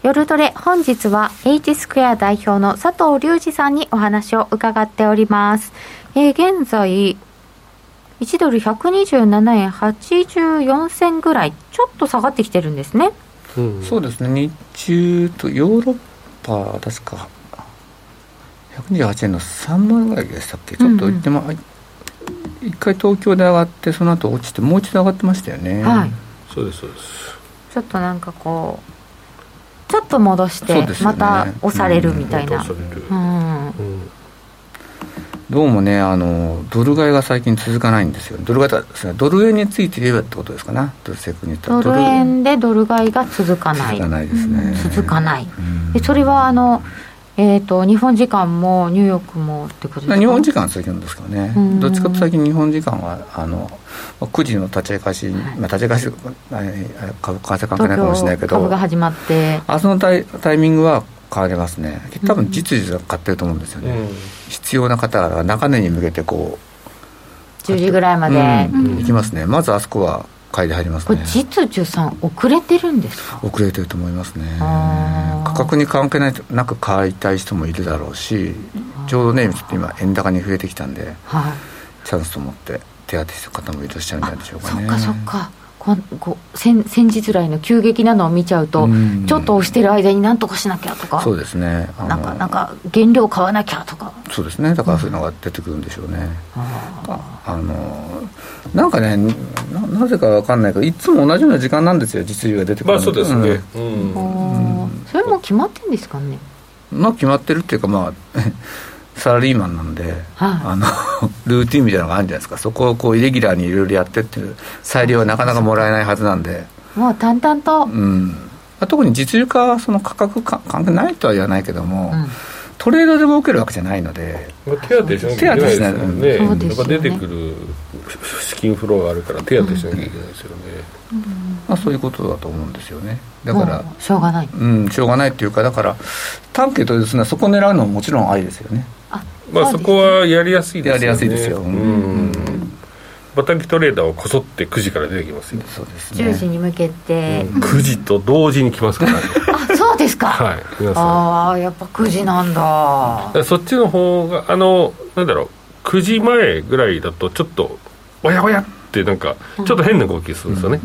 夜トレ、本日は H スクエア代表の佐藤隆二さんにお話を伺っております。えー、現在いちドルひゃくにじゅうななえんはちじゅうよんせんぐらい、ちょっと下がってきてるんですね。 うん、そうですね。日中とヨーロッパ確かひゃくにじゅうはちえんのさんばいぐらいでしたっけ。ちょっと言っても、うんうん、一回東京で上がってその後落ちてもう一度上がってましたよね。 はい、そうですそうです。 ちょっとなんかこうちょっと戻してまた押されるみたいな、うんうんうん、 どうもね、あのドル買いが最近続かないんですよ。ドル買いですね、ドル円について言えばってことですかな。ドルセクにドル円でドル買いが続かない続かないですね、 うん、続かない、うん、でそれはあのえー、と日本時間もニューヨークもってことですか。 日本時間は続くんですけどね、どっちかと最近日本時間はあのくじの立ち上がし、はい、まあ、立ち上がし株為替関係ないかもしれないけど、 株が始まってあそのタイ、タイミングは変わりますね。多分実需が買ってると思うんですよね、うん、必要な方は中値に向けてこうじゅうじぐらいまで、 うんうん、行きますね。まずあそこは買いで入りますね。 これ実需さん遅れてるんですか。 遅れてると思いますね。価格に関係ないなく買いたい人もいるだろうし、ちょうどねちょっと今円高に増えてきたんで、はい、チャンスと思って手当てする方もいらっしゃるんじゃないでしょうかね。 そっかそっか。ここ先, 先日来の急激なのを見ちゃうと、うん、ちょっと押してる間に何とかしなきゃとか、 そうですね、 なんかなんか原料買わなきゃとか、 そうですね、だからそういうのが出てくるんでしょうね、うん、あ, あのなんかね な, なぜか分かんないけどいつも同じような時間なんですよ、実需が出てくる。 まあそうですね、 うんうんうん、それも決まってるんですかね。 まあ決まってるっていうか、まあサラリーマンなんで、はあ、あのルーティンみたいなのがあるんじゃないですか。そこをこうイレギュラーにいろいろやってっていう裁量はなかなかもらえないはずなんで、 もう淡々と、 うんまあ、特に実需化はその価格関係ないとは言わないけども、うん、トレードで儲けるわけじゃないので、 まあ、手当てしなきゃいけないですよね。うん、ね、やっぱ出てくる資金フローがあるから手当てしなきゃいけないですよね、 うんうん、まあ、そういうことだと思うんですよね。だからしょうがない、 うん、しょうがないっていうか、だから短期とですね、そこを狙うのももちろんありですよね。 あ、まあ、そこはやりやすいですよね。 やりやすいですよ、うん、 バタキトレーダーをこそってくじから出てきますよ。 そうですね、 じゅうじに向けて、 うん、くじと同時に来ますからねあ、そうですか、 はい、皆さん、 ああ、やっぱくじなんだ。 そっちの方があのなんだろう、くじまえぐらいだとちょっとおやおやってなんかちょっと変な動きするんですよね、うん、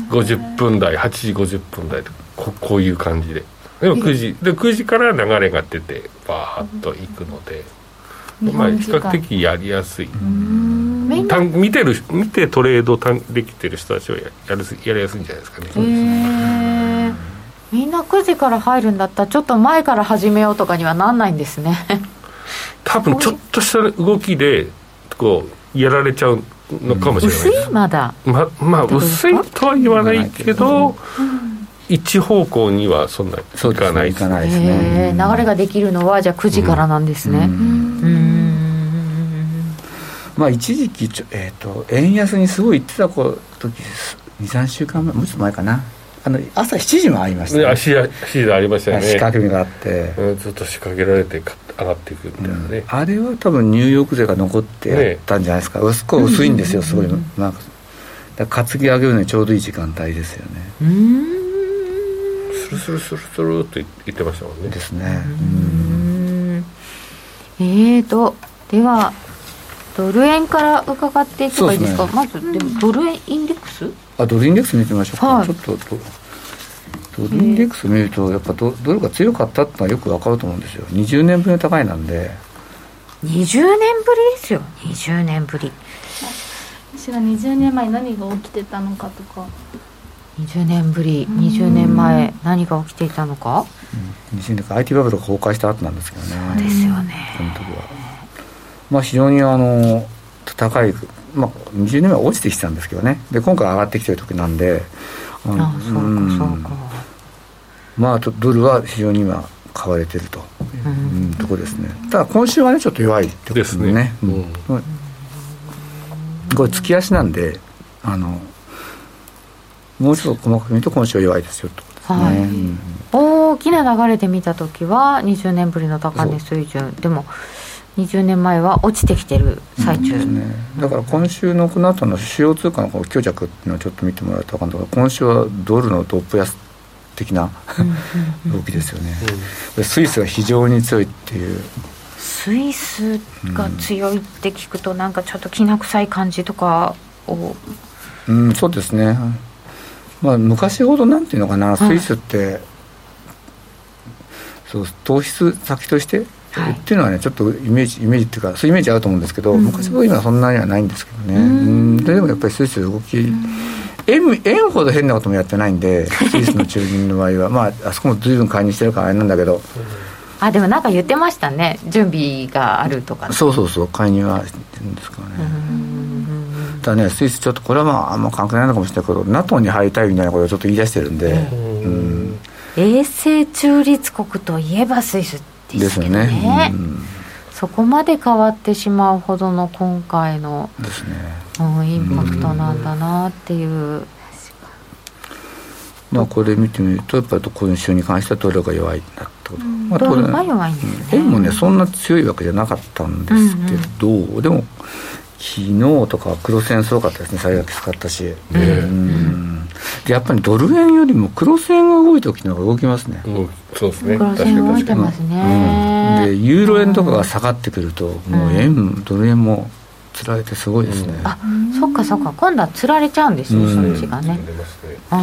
ごじゅっぷん台、はちじごじゅっぷん台と こ, こういう感じで、でもくじでくじから流れが出てバーッといくので、まあ、比較的やりやすい。見てる見てトレードできてる人たちは や, や, るやりやすいんじゃないですかね。 そうですね。みんなくじから入るんだったらちょっと前から始めようとかにはなんないんですね多分ちょっとした動きでこうやられちゃうのかもしれないです、 うん、薄いまだま, まあ薄いとは言わないけど、うん、一方向にはそんなにいかないですね。流れができるのはじゃあくじからなんですね、うんうんうんまあ、一時期、えー、と円安にすごい言ってた時 に,さん 週間前もうちょっと前かな、あの朝しちじもありましたね。 足足でありましたよね。 仕掛けがあって、 うん、ずっと仕掛けられて上がっていくみたいなね、 うん、あれは多分ニューヨーク勢が残ってやったんじゃないですか、ね、すごい薄いんですよ、すごい、まあ、だから担ぎ上げるのにちょうどいい時間帯ですよね。 うーん、 スルスルスルスルって言ってましたもんね。 ですね。 うーん、えーとではドル円から伺っていけばいいですか。す、ね、まずでもドル円インデックス、 あ、ドルインデックス見てみましょうか、はい、ちょっとドルインデックス見るとやっぱ ド, ドルが強かったってのはよく分かると思うんですよ。にじゅうねんぶりの高いなんで。 にじゅうねんぶりですよ。にじゅうねんぶり。 私がにじゅうねんまえ何が起きてたのかとか。 にじゅうねんぶり、にじゅうねんまえ何が起きていたのか、 うん、にじゅうねんか アイティー バブルが崩壊した後なんですけどね。 そうですよね。 その時はまあ、非常にあの高い、まあ、にじゅうねんまえ落ちてきてたんですけどね。で今回上がってきてる時なんで、 ああ、そうかそうか、 まあドルは非常に今買われてると、うんうん、ところですね。ただ今週はねちょっと弱いってことですね。ですね、うん、これ月足なんで、あのもうちょっと細かく見ると今週は弱いですよってことですね、はい、うん、 大きな流れで見た時はにじゅうねんぶりの高値水準でもにじゅうねんまえは落ちてきてる最中、 うんですね、だから今週のこの後の主要通貨のこの強弱っていうのをちょっと見てもらうと分かるんだけど、今週はドルのドップ安的な動きですよね、うん、スイスが非常に強いっていう。 スイスが強いって聞くとなんかちょっときな臭い感じとかを、 うん、そうですね、まあ、昔ほどなんていうのかな、スイスって、はい、そう投資先としてっていうのはね、ちょっとイメージイメージっていうかそういうイメージあると思うんですけど、うん、昔ほど今はそんなにはないんですけどね、うん、でもやっぱりスイス動き、うん、円, 円ほど変なこともやってないんでスイスの中銀の場合はまああそこも随分買いにしてるからあれなんだけど、 あでもなんか言ってましたね、準備があるとか、ね、 そうそうそう、買いにはしてるんですからね。うんただね、スイスちょっとこれはまああんま関係ないのかもしれないけど ナトー に入りたいみたいなことをちょっと言い出してるんで、うん、 永世中立国といえばスイスですけど ね, ですよね、うん、そこまで変わってしまうほどの今回のですね、 うん、インパクトなんだなっていう、うん、 まあ、これ見てみるとやっぱり今週に関してはドルが弱いなってこと、うん、 まあ、ドルが弱いんですね。 円もねそんな強いわけじゃなかったんですけど、うんうん、でも昨日とか黒線すごかったですね、最悪きつかったし、うんうん、でやっぱりドル円よりも黒線が動いた時の方が動きますね、 うん、そうですね、 黒線動いてますね、 うん、でユーロ円とかが下がってくると、うん、もう円、うん、ドル円もつられてすごいですね、 うん、あそっかそっか、今度はつられちゃうんですよ、うん、そっちがね、うん、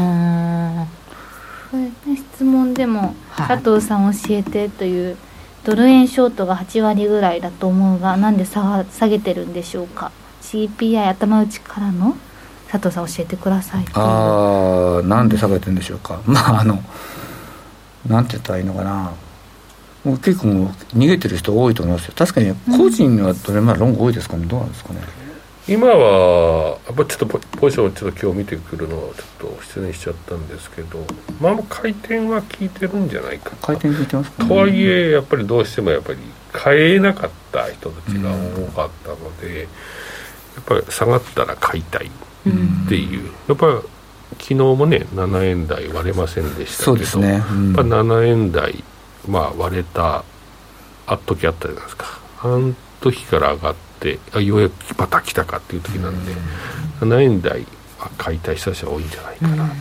これね、質問でも、はい、佐藤さん教えてという、ドル円ショートがはちわりぐらいだと思うがなんで下げてるんでしょうか。 シーピーアイ 頭打ちからの佐藤さん教えてください。 ああ、なんで下げてるんでしょうか、うん、まああのなんて言ったらいいのかな、もう結構もう逃げてる人多いと思いますよ。確かに個人はどれまでロング多いですかね、どうなんですかね。 今はやっぱちょっとポジションをちょっと今日見てくるのをちょっと失念しちゃったんですけど、まあ回転は効いてるんじゃないかな。 回転効いてますか、ね、 とはいえやっぱりどうしてもやっぱり買えなかった人たちが多かったので、うん、やっぱり下がったら買いたいっていう、うん、やっぱり昨日もねななえん台割れませんでしたけど、 そうですね、うん、 やっぱななえん台、まあ、割れたあっ時あったじゃないですか。あの時から上がってあようやくまた来たかっていう時なんで、うん、ななえん台は買いたい人たちは多いんじゃないかなと、うんうん、な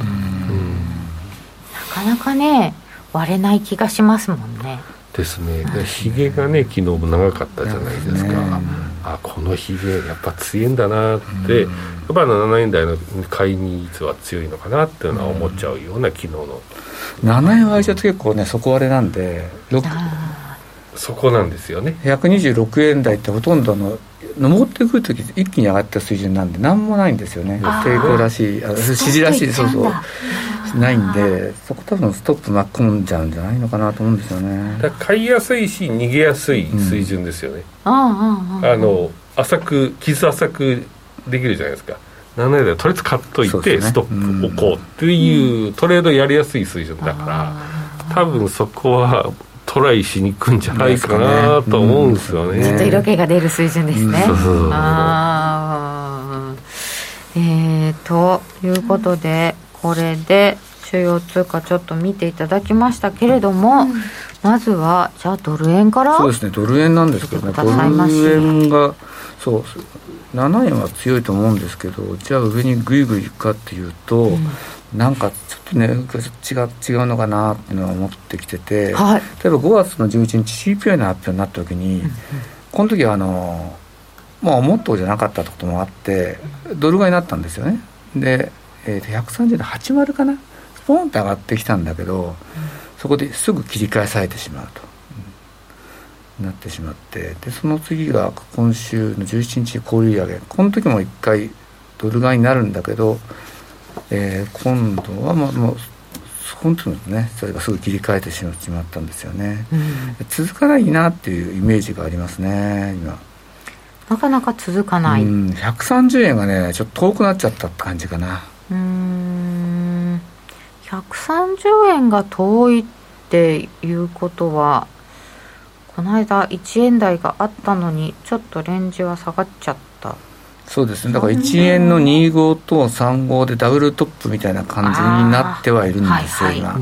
かなかね割れない気がしますもんね。 ですね。ヒゲがね昨日も長かったじゃないですか、ね、あこのヒゲやっぱ強いんだなって、うん、やっぱななえん台の買いニーズは強いのかなっていうのは思っちゃうような昨日の、 うん、ななえん割れちゃうと結構ね底割れなんでそこなんですよね。 ひゃくにじゅうろくえん台ってほとんどの登ってくるとき一気に上がった水準なんで何もないんですよね。抵抗らしいあ指示らしいそうそうないんで、そこ多分ストップ巻き込んじゃうんじゃないのかなと思うんですよね。 だから買いやすいし逃げやすい水準ですよね、 うん、ああの浅く傷浅くできるじゃないですか。ななえん台とりあえず買っといて、ね、ストップ置こうっていう、うん、トレードやりやすい水準だから多分そこはトライしに行くんじゃないかなと思うんですよね。 ちょっと色気が出る水準ですね、 うん、そうそうそう。 あえー、ということでこれで主要通貨ちょっと見ていただきましたけれども、うん、まずはじゃあドル円から。 そうですね、ドル円なんですけどね、ドル円がそうななえんは強いと思うんですけど、じゃあ上にグイグイいくかっていうと、うん、なんかちょっとね違う、違うのかなっていうのは思ってきてて、はい、例えばごがつのじゅういちにち シーピーアイ の発表になった時に、うんうん、この時はあのまあ思ったじゃなかったってこともあってドル買いになったんですよね。で、えー、ひゃくさんじゅうえんはちじゅうかなスポンって上がってきたんだけど、うん、そこですぐ切り返されてしまうと、うん、なってしまって、でその次が今週のじゅうしちにち小売上げ、この時もいっかいドル買いになるんだけど、えー、今度はもう、もう本当にねそれがすぐ切り替えてしまったんですよね、うん、続かないなっていうイメージがありますね今。 なかなか続かない、 うん、ひゃくさんじゅうえんがねちょっと遠くなっちゃったって感じかな。 うーんひゃくさんじゅうえんが遠いっていうことはこの間いちえん台があったのにちょっとレンジは下がっちゃった。 そうですね、だからいちえんのにじゅうごとさんじゅうごでダブルトップみたいな感じになってはいるんですよ、はいはい、今、うん、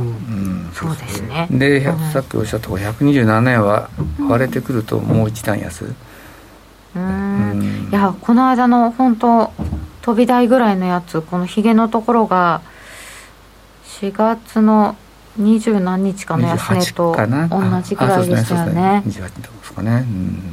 そうですね。 で、さっきおっしゃったひゃくにじゅうななえんは割れてくるともう一段安。 うーん、いやこの間の本当飛び台ぐらいのやつ、このヒゲのところがしがつのにじゅうなんにちかの安値と同じぐらいでしたよね。 にじゅうはちですかね、うん、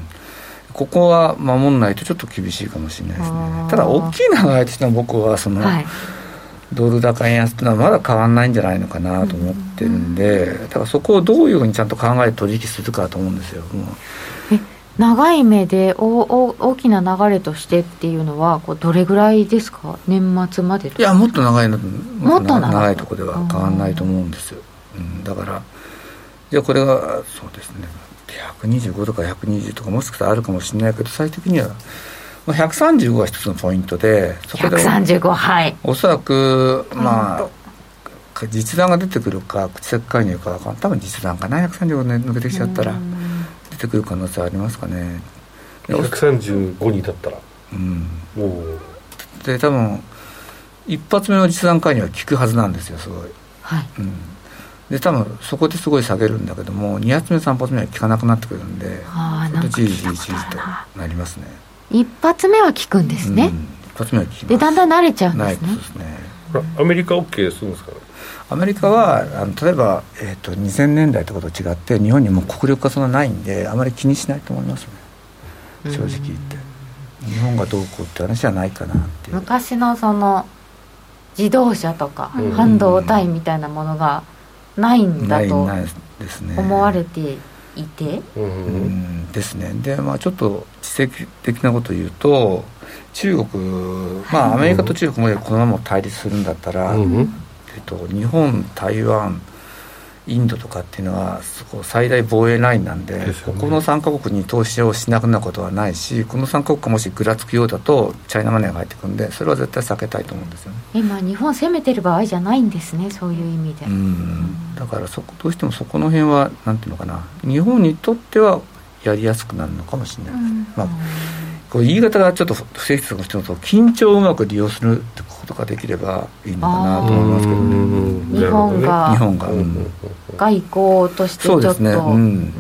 ここは守んないとちょっと厳しいかもしれないですね。ただ大きい流れとしては僕はその、はい、ドル高円安というのはまだ変わらないんじゃないのかなと思ってるんで、うん、だからそこをどういうふうにちゃんと考えて取引するかと思うんですよ。もうえ長い目でおお大きな流れとしてっていうのはこうどれぐらいですか？年末までとか。 いやもっと長いのもっと長い長いところでは変わらないと思うんですよ、うん、だからじゃあこれがそうですねひゃくにじゅうごとかひゃくにじゅうとかもしかしたらあるかもしれないけど、最終的にはひゃくさんじゅうごが一つのポイントで、そこでひゃくさんじゅうご、はい、 おそらくまあ実弾が出てくるか口先介入か多分実弾かな、ひゃくさんじゅうごで抜けてきちゃったら出てくる可能性ありますかね。 ひゃくさんじゅうごにだったら、 うん、おで多分一発目の実弾介入は効くはずなんですよすごい、 はいうん、 で多分そこですごい下げるんだけどもに発目さん発目は効かなくなってくるんで、 あなんかじりじりじりとなりますね。 一発目は効くんですね、うん、 一発目は効きます。 でだんだん慣れちゃうんですね。 ないですね。 アメリカ OK するんですかね。 アメリカはあの例えば、えー、とにせんねんだいとかと違って日本にも国力がそんなないんであまり気にしないと思いますね、正直言って。日本がどうこうって話じゃないかなっていう。 昔のその自動車とか半導体みたいなものがないんだと思われていて、 うんうんですね。で、まあ、ちょっと知的的なことを言うと中国、まあ、アメリカと中国もこのまま対立するんだったら、うんえっと、日本、台湾、インドとかっていうのはそこ最大防衛ラインなん で, で、ね、ここのさんカ国に投資をしなくなることはないし、このさんカ国がもしぐらつくようだとチャイナマネーが入ってくるんで、それは絶対避けたいと思うんですよね。 今日本攻めてる場合じゃないんですね、そういう意味で。 うんだからそこどうしてもそこの辺はなんていうのかな、日本にとってはやりやすくなるのかもしれないです、うんまあ、こう言い方がちょっと不正確な人と緊張をうまく利用するってことができればいいのかなと思いますけどね。 日本が日本が、うん、 外交としてちょっと、ねうん、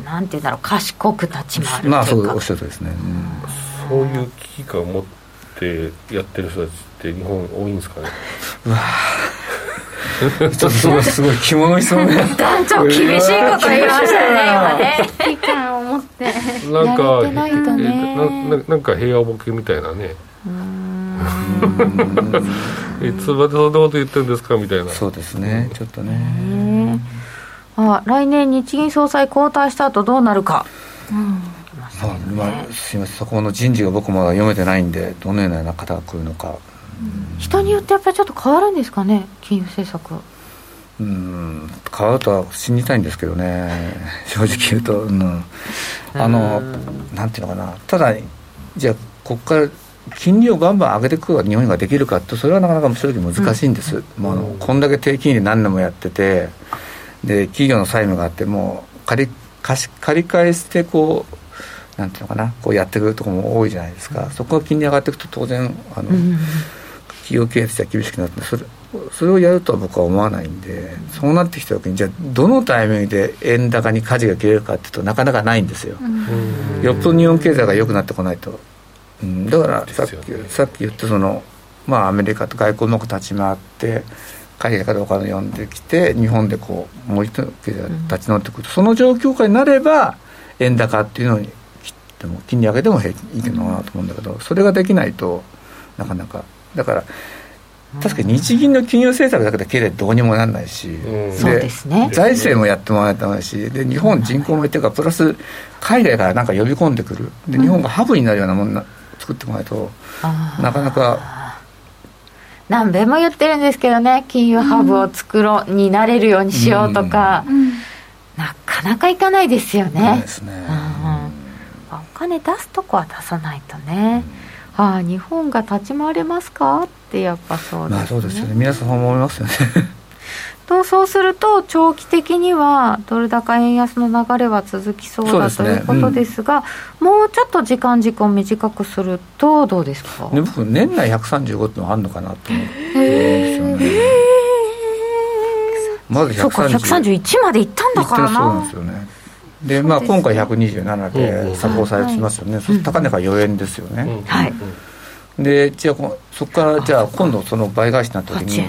なんていうんだろう、賢く立ち回るというか、 まあそうおっしゃるとですね、 うん、そういう危機感を持ってやってる人たちって日本多いんですかね。 うわちょっとすごいすごい着物にそうね団長厳しいこと言いましたね今ね。危機感を持ってなんかやれてないとね、 な, な, なんか平和ボケみたいなね、うーんいつまでそんなこと言ってるんですかみたいな。 そうですね、ちょっとね。 あ来年日銀総裁交代した後どうなるか、うんまあ、すいません、そこの人事が僕も読めてないんでどのような方が来るのか、 うん、人によってやっぱりちょっと変わるんですかね、金融政策。 うん変わるとは信じたいんですけどね、正直言うと、うん、あのなんていうのかな、ただじゃあここから金利をバンバン上げていくことが日本ができるかってそれはなかなか正直難しいんです、うん、もうあのこんだけ低金利で何年もやってて、で企業の債務があってもう借り貸し借り返してこうなんていうのかな、こうやってくるところも多いじゃないですか、うん、そこが金利上がっていくと当然あの、うん、企業経営としては厳しくなって、それそれをやるとは僕は思わないんで、そうなってきた時にじゃあどのタイミングで円高に舵が切れるかっていうとなかなかないんですよ、うん、よっぽど日本経済が良くなってこないと、うん、だからさっき、さっき言ったその、まあ、アメリカと外交うまく立ち回って海外からお金を呼んできて日本でこうもう一度経済が立ち直ってくると、うん、その状況下になれば円高っていうのに切っても金利上げても平気いいのかなと思うんだけど、それができないとなかなかだから確かに日銀の金融政策だけで経済どうにもならないし、うん、でそうですね、 財政もやってもらわないとダメだし、で日本人口もいってるからプラス海外からなんか呼び込んでくる、で日本がハブになるようなものな作ってこないと、うん、なかなか何べんも言ってるんですけどね、金融ハブを作ろう、うん、になれるようにしようとか、うん、なかなかいかないですよね。 そうですね、 うん、お金出すとこは出さないとね、うん、はあ、日本が立ち回れますかってやっぱそうですね。 まあそうですよね、皆さん思いますよねとそうすると長期的にはドル高円安の流れは続きそうだということですが、うん、もうちょっと時間軸を短くするとどうですか、 ね、僕年内ひゃくさんじゅうごってのがあるのかなと思ってるんですよね。まずひゃくさんじゅう、そうかひゃくさんじゅういちまでいったんだからな。 そうなんですよね。で、まあ、今回ひゃくにじゅうななで下方されてますよね、うん、そ高値がよえんですよね、 うん、はい。 でじゃあそこからじゃあ今度その倍返しになった時に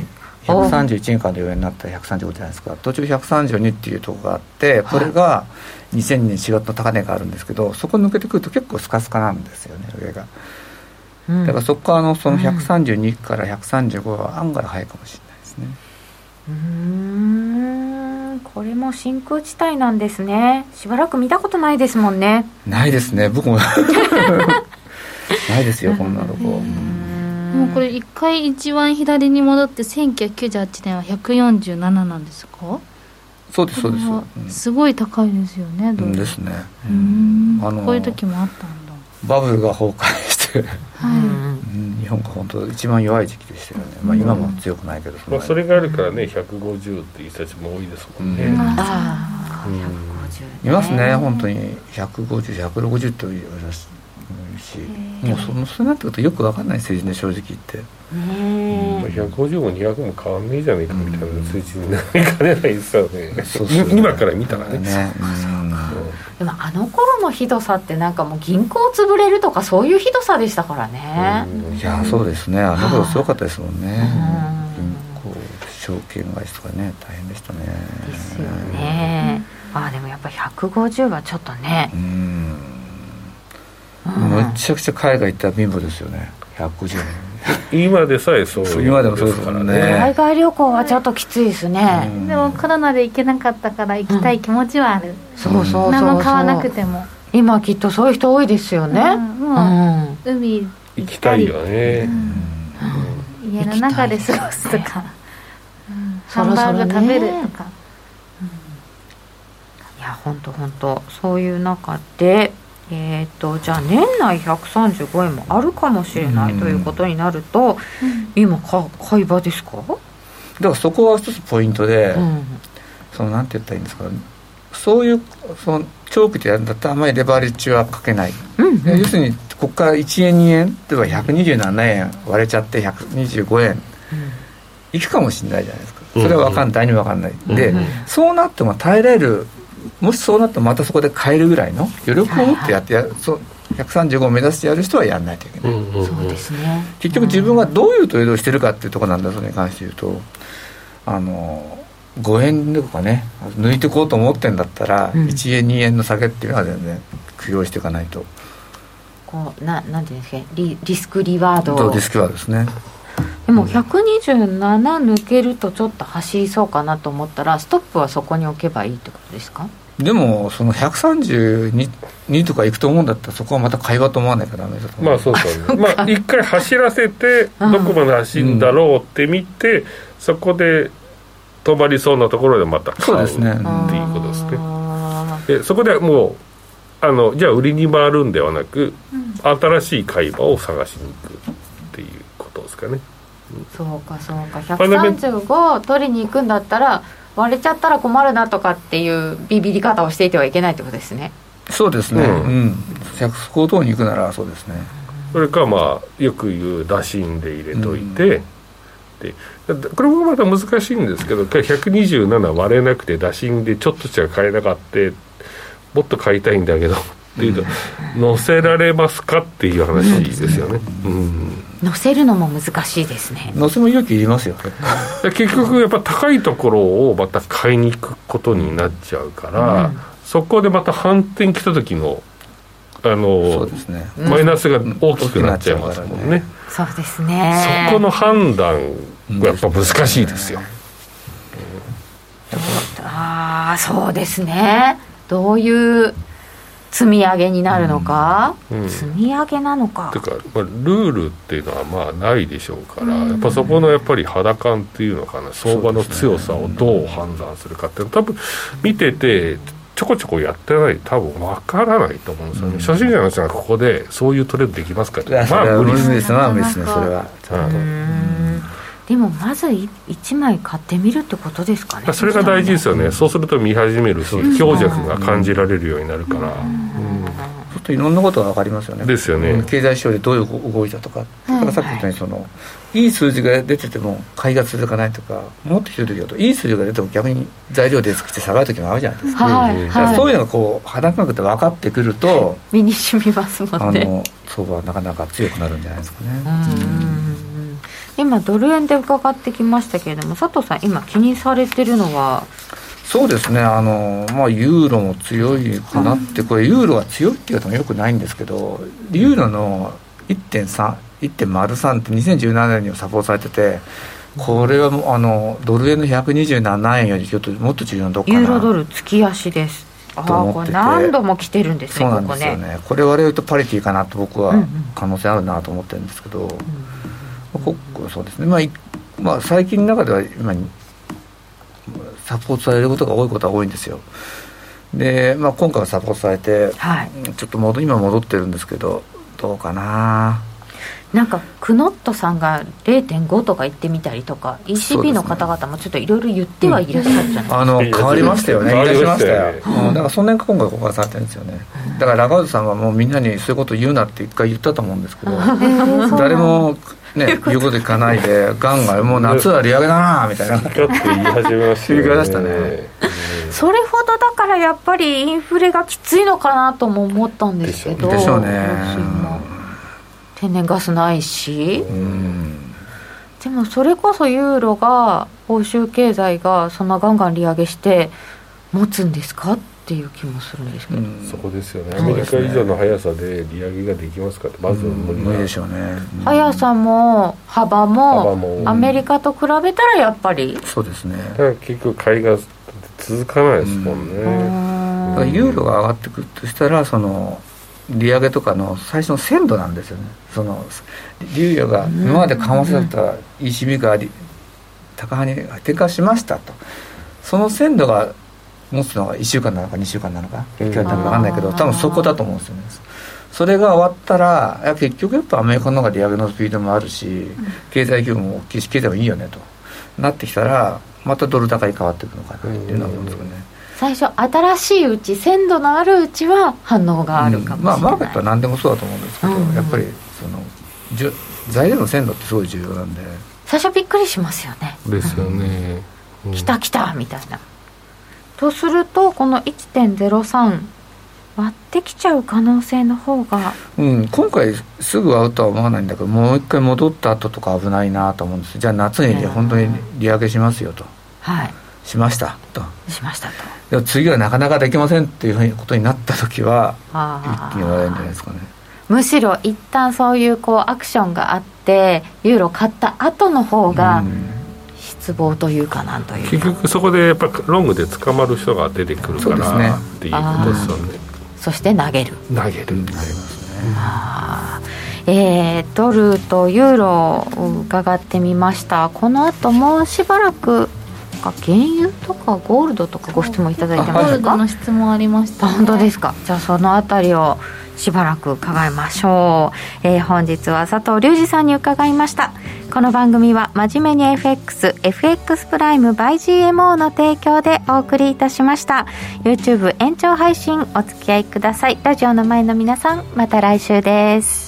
ひゃくさんじゅういちえんからの上になったらひゃくさんじゅうごじゃないですか。途中ひゃくさんじゅうにっていうところがあって、これがにせんにねんしがつの高値があるんですけど、そこ抜けてくると結構スカスカなんですよね、上が。うん、だからそこからのそのひゃくさんじゅうにからひゃくさんじゅうごは案外早いかもしれないですね。 うーん、これも真空地帯なんですね。しばらく見たことないですもんね。 ないですね、僕もないですよこんなとこ。 もうこれ一回一番左に戻ってせんきゅうひゃくきゅうじゅうはちねんはひゃくよんじゅうなななんですか？ そうですそうです、 うん、すごい高いですよね。 どうですね。 うーん、あのこういう時もあったんだ。 バブルが崩壊してはい、 うん、日本が本当一番弱い時期でしたよね。まあ、今も強くないけど、 まあ、それがあるからねひゃくごじゅうっていう人たちも多いですもんね。 うん、ああ、ひゃくごじゅう、ね、 いますね本当にひゃくごじゅう、ひゃくろくじゅうって言われますし、もうそのそうなってくるとよく分かんない数字ね、正直言って。 ね、 ひゃくごじゅうもにひゃくも変わんねえじゃねえかみたいな数字になりかねないですよね。そうそう今から見たらね。ね、うん、 でもあの頃のひどさってなんかもう銀行潰れるとかそういうひどさでしたからね。 いやそうですね、あの頃すごかったですもんね。銀行証券会社とかね大変でしたね。 ですよね。あでもやっぱひゃくごじゅうはちょっとね、 うんめちゃくちゃ海外行ったら貧乏ですよね。ひゃくごじゅうねん今でさえそう今でもそうですからね。 海外旅行はちょっときついですね。 でもコロナで行けなかったから行きたい気持ちはある、うん、 そうそうそうそう、 何も買わなくても今きっとそういう人多いですよね、うん、 もう、うん、海行きたいよね、 うん、家の中で過ごすとか、うん、ハンバーグ食べるとか、 うん、いや本当本当そういう中でえー、とじゃあ年内ひゃくさんじゅうごえんもあるかもしれないということになると、うん、今か買い場ですか？だからそこは一つポイントで、うん、そのなんて言ったらいいんですか、そういうその長期でやるんだったらあまりレバレッジはかけない、うんうん、要するにここからいちえんにえん例えばひゃくにじゅうななえん割れちゃってひゃくにじゅうごえん、うん、いくかもしれないじゃないですか。それは分かんない、誰にも分かんない、うんうん、で、うんうん、そうなっても耐えられる、もしそうなってもまたそこで買えるぐらいの余力を持ってやってやる、はいはい、そうひゃくさんじゅうごを目指してやる人はやらないといけない、うんうんうん、 そうですね。 結局自分がどういうトレードをしてるかっていうところなんだ。それに関して言うとあのごえんとかね抜いていこうと思ってんだったら、うん、いちえんにえんの下げっていうのは全然苦慮していかないと、 こう な, なんていうんですか リ, リスクリワードリスクリワードですね。 でもひゃくにじゅうなな抜けるとちょっと走りそうかなと思ったらストップはそこに置けばいいってことですか？ でもそのひゃくさんじゅうにとかいくと思うんだったらそこはまた買い場と思わないからダメだと思う。 まあそうそうまあ一回走らせてどこまで走るんだろうって見て、うん、そこで止まりそうなところでまた買うっていうことですね。でそこでもうあのじゃあ売りに回るんではなく、うん、新しい買い場を探しに行くっていうことですかね。 そうかそうかひゃくさんじゅうご取りに行くんだったら割れちゃったら困るなとかっていうビビり方をしていてはいけないってことですね。 そうですね、うんうん、ひゃくご等に行くならそうですね。 それかまあよく言う打診で入れといて、うん、でこれもまた難しいんですけどひゃくにじゅうなな割れなくて打診でちょっとしか買えなかったもっと買いたいんだけどっていうと、うん、乗せられますかっていう話ですよね、うんうん、 乗せるのも難しいですね。 乗せも勇気いりますよ結局やっぱ高いところをまた買いに行くことになっちゃうから、うん、そこでまた反転来た時のあのそうですね、マイナスが大きくなっちゃいますもんね、うん、ねそうですね。 そこの判断がやっぱ難しいですよ、 うん、ああそうですね。どういう積み上げになるのか、うんうん、積み上げなのかてか、まあ、ルールっていうのはまあないでしょうから、うん、やっぱそこのやっぱり肌感っていうのかな、相場の強さをどう判断するかっていうの多分見ててちょこちょこやってない多分分からないと思うんですよね、うん、初心者の人がここでそういうトレードできますかって、 まあ無理ですね、まあ無理ですねそれはちゃんと、 うんでもまずいちまい買ってみるってことですかね。 それが大事ですよね。そうすると見始めるし強弱が感じられるようになるから、うんうん、 ちょっといろんなことが分かりますよね。 ですよね。 経済指標でどういう動いたとか、だからさっき言ったようにそのいい数字が出てても買いが続かないとか、もっとひどい時だといい数字が出ても逆に材料出てきて下がる時もあるじゃないですか、 はいはい、 だからそういうのがこう肌感覚で分かってくると身に染みますもんね。 あの相場はなかなか強くなるんじゃないですかね。 うん今ドル円で伺ってきましたけれども、佐藤さん今気にされてるのは？ そうですね、あの、まあ、ユーロも強いくなって、これユーロは強いっていう方もよくないんですけど、ユーロの いってんさん、いってんゼロさん ってにせんじゅうななねんにはサポートされてて、これはもうあのドル円のひゃくにじゅうななえんよりちょっともっと重要などっかな。 ユーロドル月足です。ああ、これ何度も来てるんですね。 そうなんですよね。ここね、これ割れるとパリティかなと僕は可能性あるなと思ってるんですけど、うんうん、ここそうですね、まあまあ、最近の中では今サポートされることが多いことは多いんですよ。で、まあ、今回はサポートされて、はい、ちょっと戻今戻ってるんですけど、どうかな。 なんかクノットさんが れいてんご とか言ってみたりとか イーシービー の方々もちょっといろいろ言ってはいらっしゃるじゃないですか、うん、 あの変わりましたよね。言い出しましたよ、うん、だからその辺今回ここがされてるんですよね、うん、だからラガードさんはもうみんなにそういうこと言うなって一回言ったと思うんですけど、誰もね、言うこと聞かないでガンガンもう夏は利上げだなみたいな言い始めましたね。 言いましたね。 それほどだからやっぱりインフレがきついのかなとも思ったんですけど、 でしょうね。 天然ガスないし、うん、でもそれこそユーロが欧州経済がそんなガンガン利上げして持つんですかっていう気もするんですけど、うん、 そこですよね。アメリカ以上の速さで利上げができますかって、まず無理な、 うん、でしょうね、 うん、速さも幅も、幅もアメリカと比べたらやっぱりそうですね。 だから結局買いが続かないですもんね、 うん、だからユーロが上がってくるとしたらその利上げとかの最初の鮮度なんですよね。そのユーロが今まで緩和された イーシービー が高派に転換しましたと、その鮮度が持つのがいっしゅうかんなのかにしゅうかんなのか今日は分かんないけど、多分そこだと思うんですよね。それが終わったらいや結局やっぱアメリカの方が利上げのスピードもあるし経済規模も大きいし経済もいいよねとなってきたらまたドル高に変わっていくのかなっていうのは思うんですよね。 最初新しいうち鮮度のあるうちは反応があるかもしれない、 うん、まあマーケットは何でもそうだと思うんですけど、うんうん、やっぱりそのじゅ材料の鮮度ってすごい重要なんで最初びっくりしますよね。 ですよね、 うん、来た来たみたいな。とするとこの いってんゼロさん 割ってきちゃう可能性の方が、 うん、今回すぐ会うとは思わないんだけどもう一回戻った後とか危ないなと思うんです。じゃあ夏に本当に利上げしますよと、 はい、 しましたとしましたとでも次はなかなかできませんっていうことになった時は一気に割れるんじゃないですかね。 むしろ一旦そういうこうアクションがあってユーロ買った後の方が、うん失望というかなんというか結局そこでやっぱロングで捕まる人が出てくるから、ね、っていうことですよね。 そして投げる投げるになりますね。 あ、えー、ドルとユーロを伺ってみました。この後もしばらく原油とかゴールドとかご質問いただいてますか。 ゴールドの質問ありました、ね、 本当ですか。じゃあそのあたりをしばらく伺いましょう、えー、本日は佐藤隆二さんに伺いました。この番組は真面目に エフエックス エフエックス プライム by ジーエムオー の提供でお送りいたしました。 YouTube 延長配信お付き合いください。ラジオの前の皆さんまた来週です。